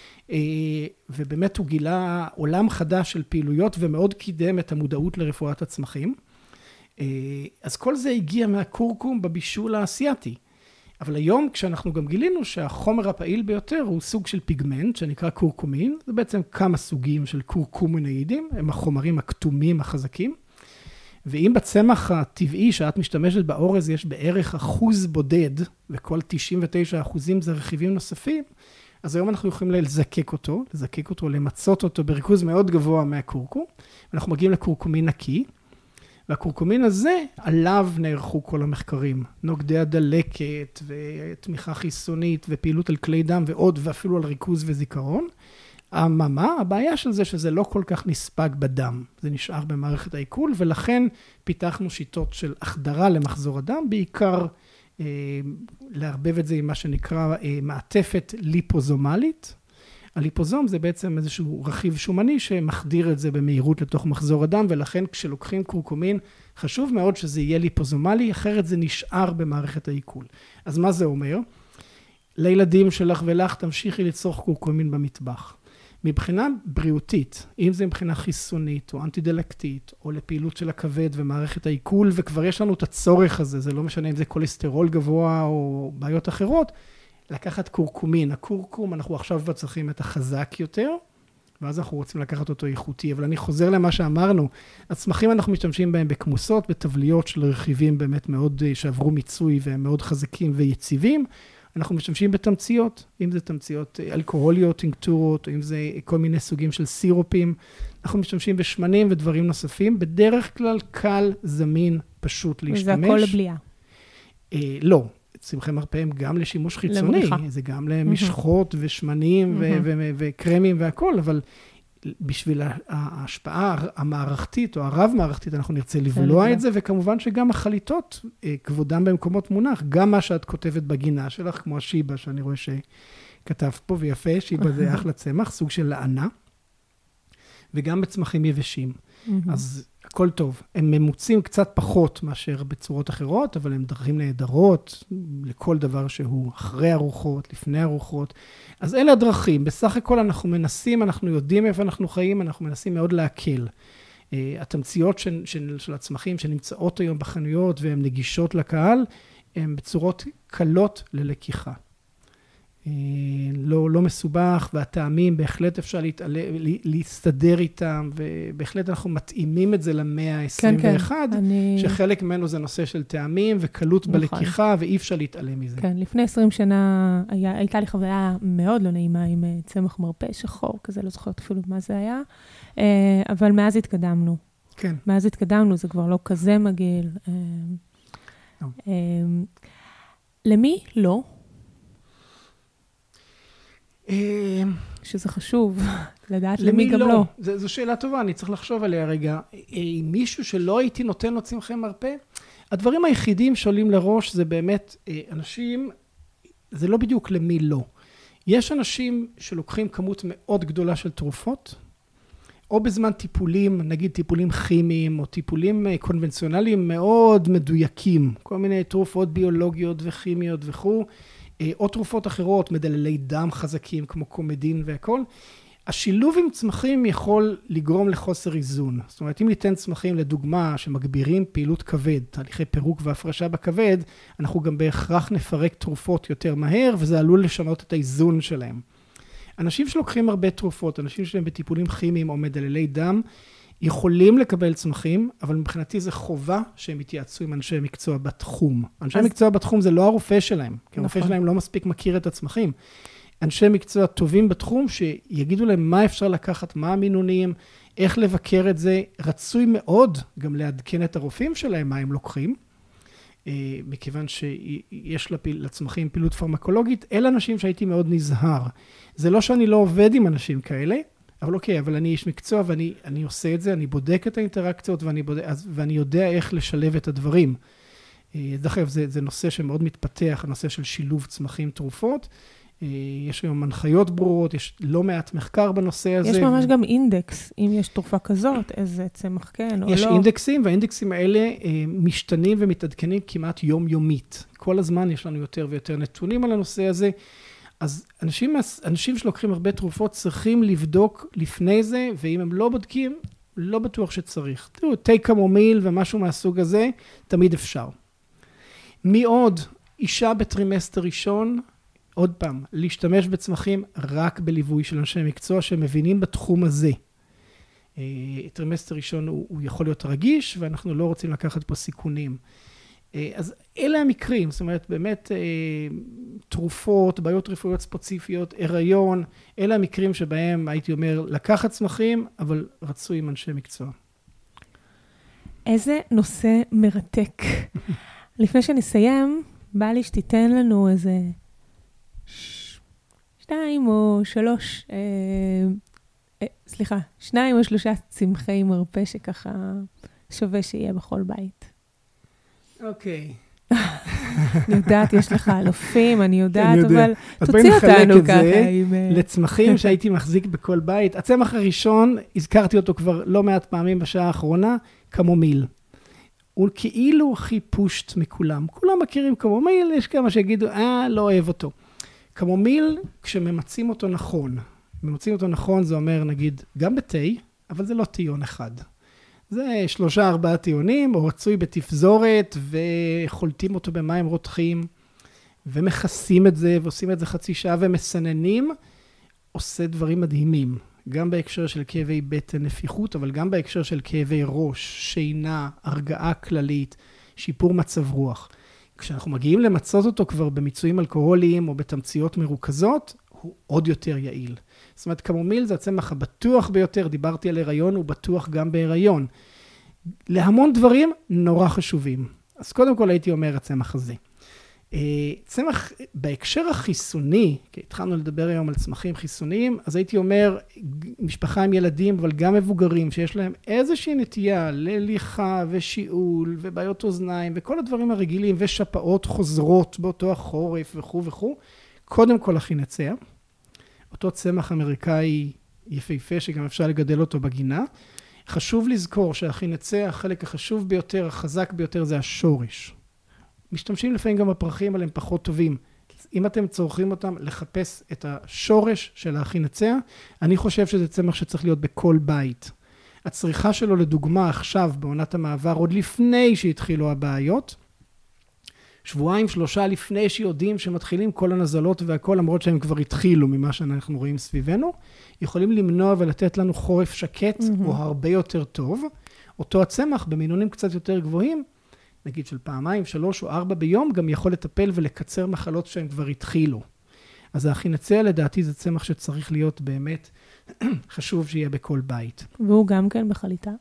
ובאמת הוא גילה עולם חדש של פעילויות ומאוד קידם את המודעות לרפואת הצמחים. אז כל זה הגיע מהקורקום בבישול האסייתי. אבל היום כשאנחנו גם גילינו שהחומר הפעיל ביותר הוא סוג של פיגמנט שנקרא קורקומין, זה בעצם כמה סוגים של קורקומינאידים, הם החומרים הכתומים החזקים. ואם בצמח הטבעי שאת משתמשת באורז יש בערך אחוז בודד, וכל תשעים ותשעה אחוזים זה רכיבים נוספים, אז היום אנחנו יכולים לזקק אותו, לזקק אותו, למצות אותו בריכוז מאוד גבוה מהקורקום, ואנחנו מגיעים לקורקומין נקי, והקורקומין הזה, עליו נערכו כל המחקרים, נוגדי הדלקת ותמיכה חיסונית ופעילות על כלי דם ועוד, ואפילו על ריכוז וזיכרון. אממה, הבעיה של זה שזה לא כל כך נספג בדם, זה נשאר במערכת העיכול, ולכן פיתחנו שיטות של החדרה למחזור הדם, בעיקר אה, לערבב את זה עם מה שנקרא אה, מעטפת ליפוזומלית. הליפוזום זה בעצם איזשהו רכיב שומני שמחדיר את זה במהירות לתוך מחזור הדם, ולכן כשלוקחים קורקומין, חשוב מאוד שזה יהיה ליפוזומלי, אחרת זה נשאר במערכת העיכול. אז מה זה אומר? לילדים שלך ולך תמשיכי לצרוך קורקומין במטבח. מבחינה בריאותית, אם זה מבחינה חיסונית או אנטי-דלקתית, או לפעילות של הכבד ומערכת העיכול, וכבר יש לנו את הצורך הזה, זה לא משנה אם זה כולסטרול גבוה או בעיות אחרות, לקחת קורקומין. הקורקום, אנחנו עכשיו צריכים את החזק יותר, ואז אנחנו רוצים לקחת אותו איכותי. אבל אני חוזר למה שאמרנו, הצמחים אנחנו משתמשים בהם בכמוסות, בתבליות של רכיבים באמת מאוד, שעברו מיצוי והם מאוד חזקים ויציבים. אנחנו משתמשים בתמציות, אם זה תמציות אלכוהוליות, טינקטורות, או אם זה כל מיני סוגים של סירופים. אנחנו משתמשים בשמנים ודברים נוספים. בדרך כלל קל, זמין, פשוט להשתמש. וזה הכל לבליעה. אה, לא. צמחי מרפא הם גם לשימוש חיצוני, לבריחה. זה גם למשחות ושמנים ו- ו- וקרמים והכל, אבל בשביל ההשפעה המערכתית או הרב-מערכתית, אנחנו נרצה לבלוע את זה, וכמובן שגם החליטות, כבודם במקומות מונח, גם מה שאת כותבת בגינה שלך, כמו השיבה, שאני רואה שכתב פה ויפה, שיבה זה אחלה צמח, סוג של לענה, וגם בצמחים יבשים. אז הכל טוב. הם ממוצים קצת פחות מאשר בצורות אחרות, אבל הם דרכים נהדרות לכל דבר שהוא אחרי ארוחות, לפני ארוחות. אז אלה הדרכים. בסך הכל אנחנו מנסים, אנחנו יודעים איפה אנחנו חיים, אנחנו מנסים מאוד להקל. Uh, התמציות של, של, של הצמחים שנמצאות היום בחנויות והן נגישות לקהל, הן בצורות קלות ללקיחה. לא, לא מסובך, והטעמים בהחלט אפשר להתעלה, להסתדר איתם, ובהחלט אנחנו מתאימים את זה למאה ה-עשרים ואחת, כן, כן. אני... שחלק ממנו זה נושא של טעמים וקלות נכון. בלקיחה, ואי אפשר להתעלם מזה. כן, לפני עשרים שנה היה, הייתה לי חוויה מאוד לא נעימה עם צמח מרפא שחור, כזה לא זוכרת אפילו מה זה היה, אבל מאז התקדמנו. כן. מאז התקדמנו, זה כבר לא כזה מגעיל. לא. למי לא? שזה חשוב, לדעת למי גם לא. זו שאלה טובה, אני צריך לחשוב עליה רגע. מישהו שלא הייתי נותן לו צמחי מרפא, הדברים היחידים שעולים לראש זה באמת אנשים, זה לא בדיוק למי לא. יש אנשים שלוקחים כמות מאוד גדולה של תרופות, או בזמן טיפולים, נגיד טיפולים כימיים, או טיפולים קונבנציונליים מאוד מדויקים, כל מיני תרופות ביולוגיות וכימיות וכו', או תרופות אחרות, מדללי דם חזקים כמו קומדין והכל. השילוב עם צמחים יכול לגרום לחוסר איזון. זאת אומרת, אם ניתן צמחים לדוגמה שמגבירים פעילות כבד, תהליכי פירוק והפרשה בכבד, אנחנו גם בהכרח נפרק תרופות יותר מהר, וזה עלול לשנות את האיזון שלהם. אנשים שלוקחים הרבה תרופות, אנשים שלהם בטיפולים כימיים או מדללי דם, יכולים לקבל צמחים, אבל מבחינתי זה חובה שהם יתייעצו עם אנשי מקצוע בתחום. אנשי אז... מקצוע בתחום זה לא הרופא שלהם, כי הרופא נכון. שלהם לא מספיק מכיר את הצמחים. אנשי מקצוע טובים בתחום שיגידו להם מה אפשר לקחת, מה המינונים, איך לבקר את זה. רצוי מאוד גם לעדכן את הרופאים שלהם מה הם לוקחים, מכיוון שיש לצמחים פעילות פרמקולוגית. אלה אנשים שהייתי מאוד נזהר. זה לא שאני לא עובד עם אנשים כאלה, אבל אוקיי, אבל אני איש מקצוע ואני אני עושה את זה, אני בודק את האינטראקציות ואני, בודק, ואני יודע איך לשלב את הדברים. דרך אגב, זה, זה נושא שמאוד מתפתח, הנושא של שילוב צמחים תרופות. יש היום הנחיות ברורות, יש לא מעט מחקר בנושא הזה. יש ממש גם אינדקס, אם יש תרופה כזאת, איזה צמח כן או לא. יש אינדקסים, והאינדקסים האלה משתנים ומתעדכנים כמעט יומיומית. כל הזמן יש לנו יותר ויותר נתונים על הנושא הזה. אז אנשים, אנשים שלוקחים הרבה תרופות צריכים לבדוק לפני זה, ואם הם לא בודקים, לא בטוח שצריך. תראו, תה קמומיל ומשהו מהסוג הזה, תמיד אפשר. מי עוד? אישה בטרימסטר ראשון, עוד פעם, להשתמש בצמחים רק בליווי של אנשי מקצוע שמבינים בתחום הזה. טרימסטר ראשון הוא, הוא יכול להיות רגיש, ואנחנו לא רוצים לקחת פה סיכונים. אז אלה המקרים, זאת אומרת, באמת תרופות, בעיות רפואיות ספציפיות, הריון, אלה המקרים שבהם הייתי אומר לקחת צמחים, אבל רצוי עם אנשי מקצוע. איזה נושא מרתק. לפני שנסיים, בא לי שתיתן לנו איזה שתיים או שלוש, אה, אה, סליחה, שניים או שלושה צמחי מרפא שככה שווה שיהיה בכל בית. אוקיי. אני יודעת, יש לך אלופים, אני יודעת, אבל תוציא אותנו ככה. לצמחים שהייתי מחזיק בכל בית. הצמח הראשון, הזכרתי אותו כבר לא מעט פעמים בשעה האחרונה, קמומיל. הוא כאילו הכי פושט מכולם. כולם מכירים קמומיל, יש כמה שיגידו, אה, לא אוהב אותו. קמומיל, כשממצים אותו נכון, ממצים אותו נכון, זה אומר, נגיד, גם בתה, אבל זה לא טיון אחד. זה שלושה, ארבעה טיונים, או רצוי בתפזורת, וחולטים אותו במים רותחים, ומכסים את זה, ועושים את זה חצי שעה, ומסננים, עושה דברים מדהימים. גם בהקשר של כאבי בטן נפיחות, אבל גם בהקשר של כאבי ראש, שינה, הרגעה כללית, שיפור מצב רוח. כשאנחנו מגיעים למצות אותו כבר במיצויים אלכוהוליים או בתמציות מרוכזות, הוא עוד יותר יעיל. זאת אומרת, קמומיל זה הצמח הבטוח ביותר, דיברתי על הריון, הוא בטוח גם בהיריון. להמון דברים נורא חשובים. אז קודם כל הייתי אומר הצמח הזה. צמח בהקשר החיסוני, כי התחלנו לדבר היום על צמחים חיסוניים, אז הייתי אומר, משפחה עם ילדים, אבל גם מבוגרים, שיש להם איזושהי נטייה לליחה ושיעול ובעיות אוזניים, וכל הדברים הרגילים, ושפעות חוזרות באותו החורף וכו' וכו', קודם כל החינציה, אותו צמח אמריקאי יפהפה, שגם אפשר לגדל אותו בגינה. חשוב לזכור שהחינציה, החלק החשוב ביותר, החזק ביותר, זה השורש. משתמשים לפעמים גם בפרחים, אבל הם פחות טובים. אם אתם צורכים אותם, לחפש את השורש של החינציה, אני חושב שזה צמח שצריך להיות בכל בית. הצריכה שלו לדוגמה עכשיו, בעונת המעבר, עוד לפני שהתחילו הבעיות, שבועיים, שלושה לפני שיודעים שמתחילים כל הנזלות והכל, למרות שהם כבר התחילו ממה שאנחנו רואים סביבנו, יכולים למנוע ולתת לנו חורף שקט, mm-hmm. או הרבה יותר טוב. אותו הצמח במינונים קצת יותר גבוהים, נגיד של פעמיים, שלוש או ארבע ביום, גם יכול לטפל ולקצר מחלות שהם כבר התחילו. אז החינציה לדעתי זה צמח שצריך להיות באמת חשוב שיהיה בכל בית. והוא גם כן בחליטה?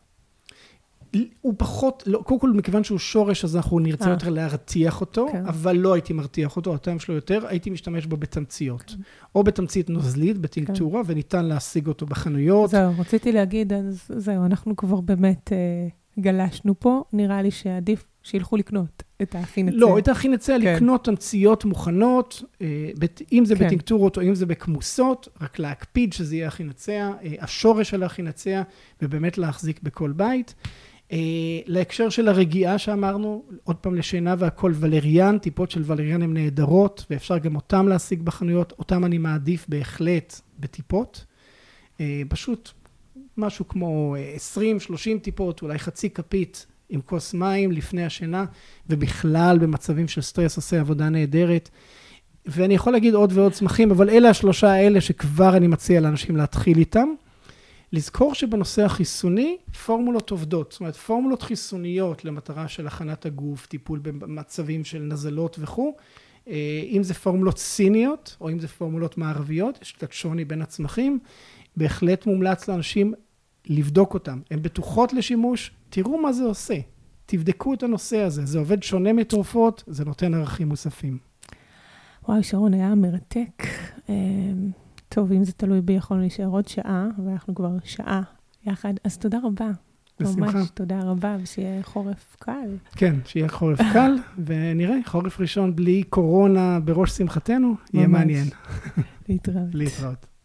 הוא פחות, לא, קודם כל מכיוון שהוא שורש, אז אנחנו נרצה 아. יותר להרתיח אותו, כן. אבל לא הייתי מרתיח אותו, הטעם שלו יותר, הייתי משתמש בו בתמציות. כן. או בתמצית נוזלית, בטינקטורה, כן. וניתן להשיג אותו בחנויות. זהו, רציתי להגיד, אז זהו, אנחנו כבר באמת אה, גלשנו פה, נראה לי שעדיף שילכו לקנות את החינציה. לא, את החינציה, כן. לקנות תמציות מוכנות, אה, בת, אם זה כן. בטינקטורות או אם זה בכמוסות, רק להקפיד שזה יהיה החינציה, אה, השורש של החינציה, ובאמת להחזיק בכל בית. Uh, להקשר של הרגיעה שאמרנו, עוד פעם לשינה והכל, ולריאן, טיפות של ולריאן הן נהדרות, ואפשר גם אותם להשיג בחנויות, אותם אני מעדיף בהחלט בטיפות. Uh, פשוט משהו כמו עשרים שלושים טיפות, אולי חצי כפית עם כוס מים לפני השינה, ובכלל במצבים של סטרס עושה עבודה נהדרת. ואני יכול להגיד עוד ועוד צמחים, אבל אלה השלושה האלה שכבר אני מציע לאנשים להתחיל איתם. לזכור שבנושא החיסוני, פורמולות עובדות, זאת אומרת, פורמולות חיסוניות למטרה של הכנת הגוף, טיפול במצבים של נזלות וכו', אם זה פורמולות סיניות, או אם זה פורמולות מערביות, יש קצת שוני בין הצמחים, בהחלט מומלץ לאנשים לבדוק אותם. הן בטוחות לשימוש, תראו מה זה עושה, תבדקו את הנושא הזה, זה עובד שונה מתרופות, זה נותן ערכים מוספים. וואי, שרון, היה מרתק. טוב, אם זה תלוי בי, יכולנו להישאר עוד שעה, ואנחנו כבר שעה יחד. אז תודה רבה. בשמחה. ממש תודה רבה, ושיהיה חורף קל. כן, שיהיה חורף קל, ונראה, חורף ראשון בלי קורונה בראש שמחתנו, יהיה מעניין. להתראות. להתראות.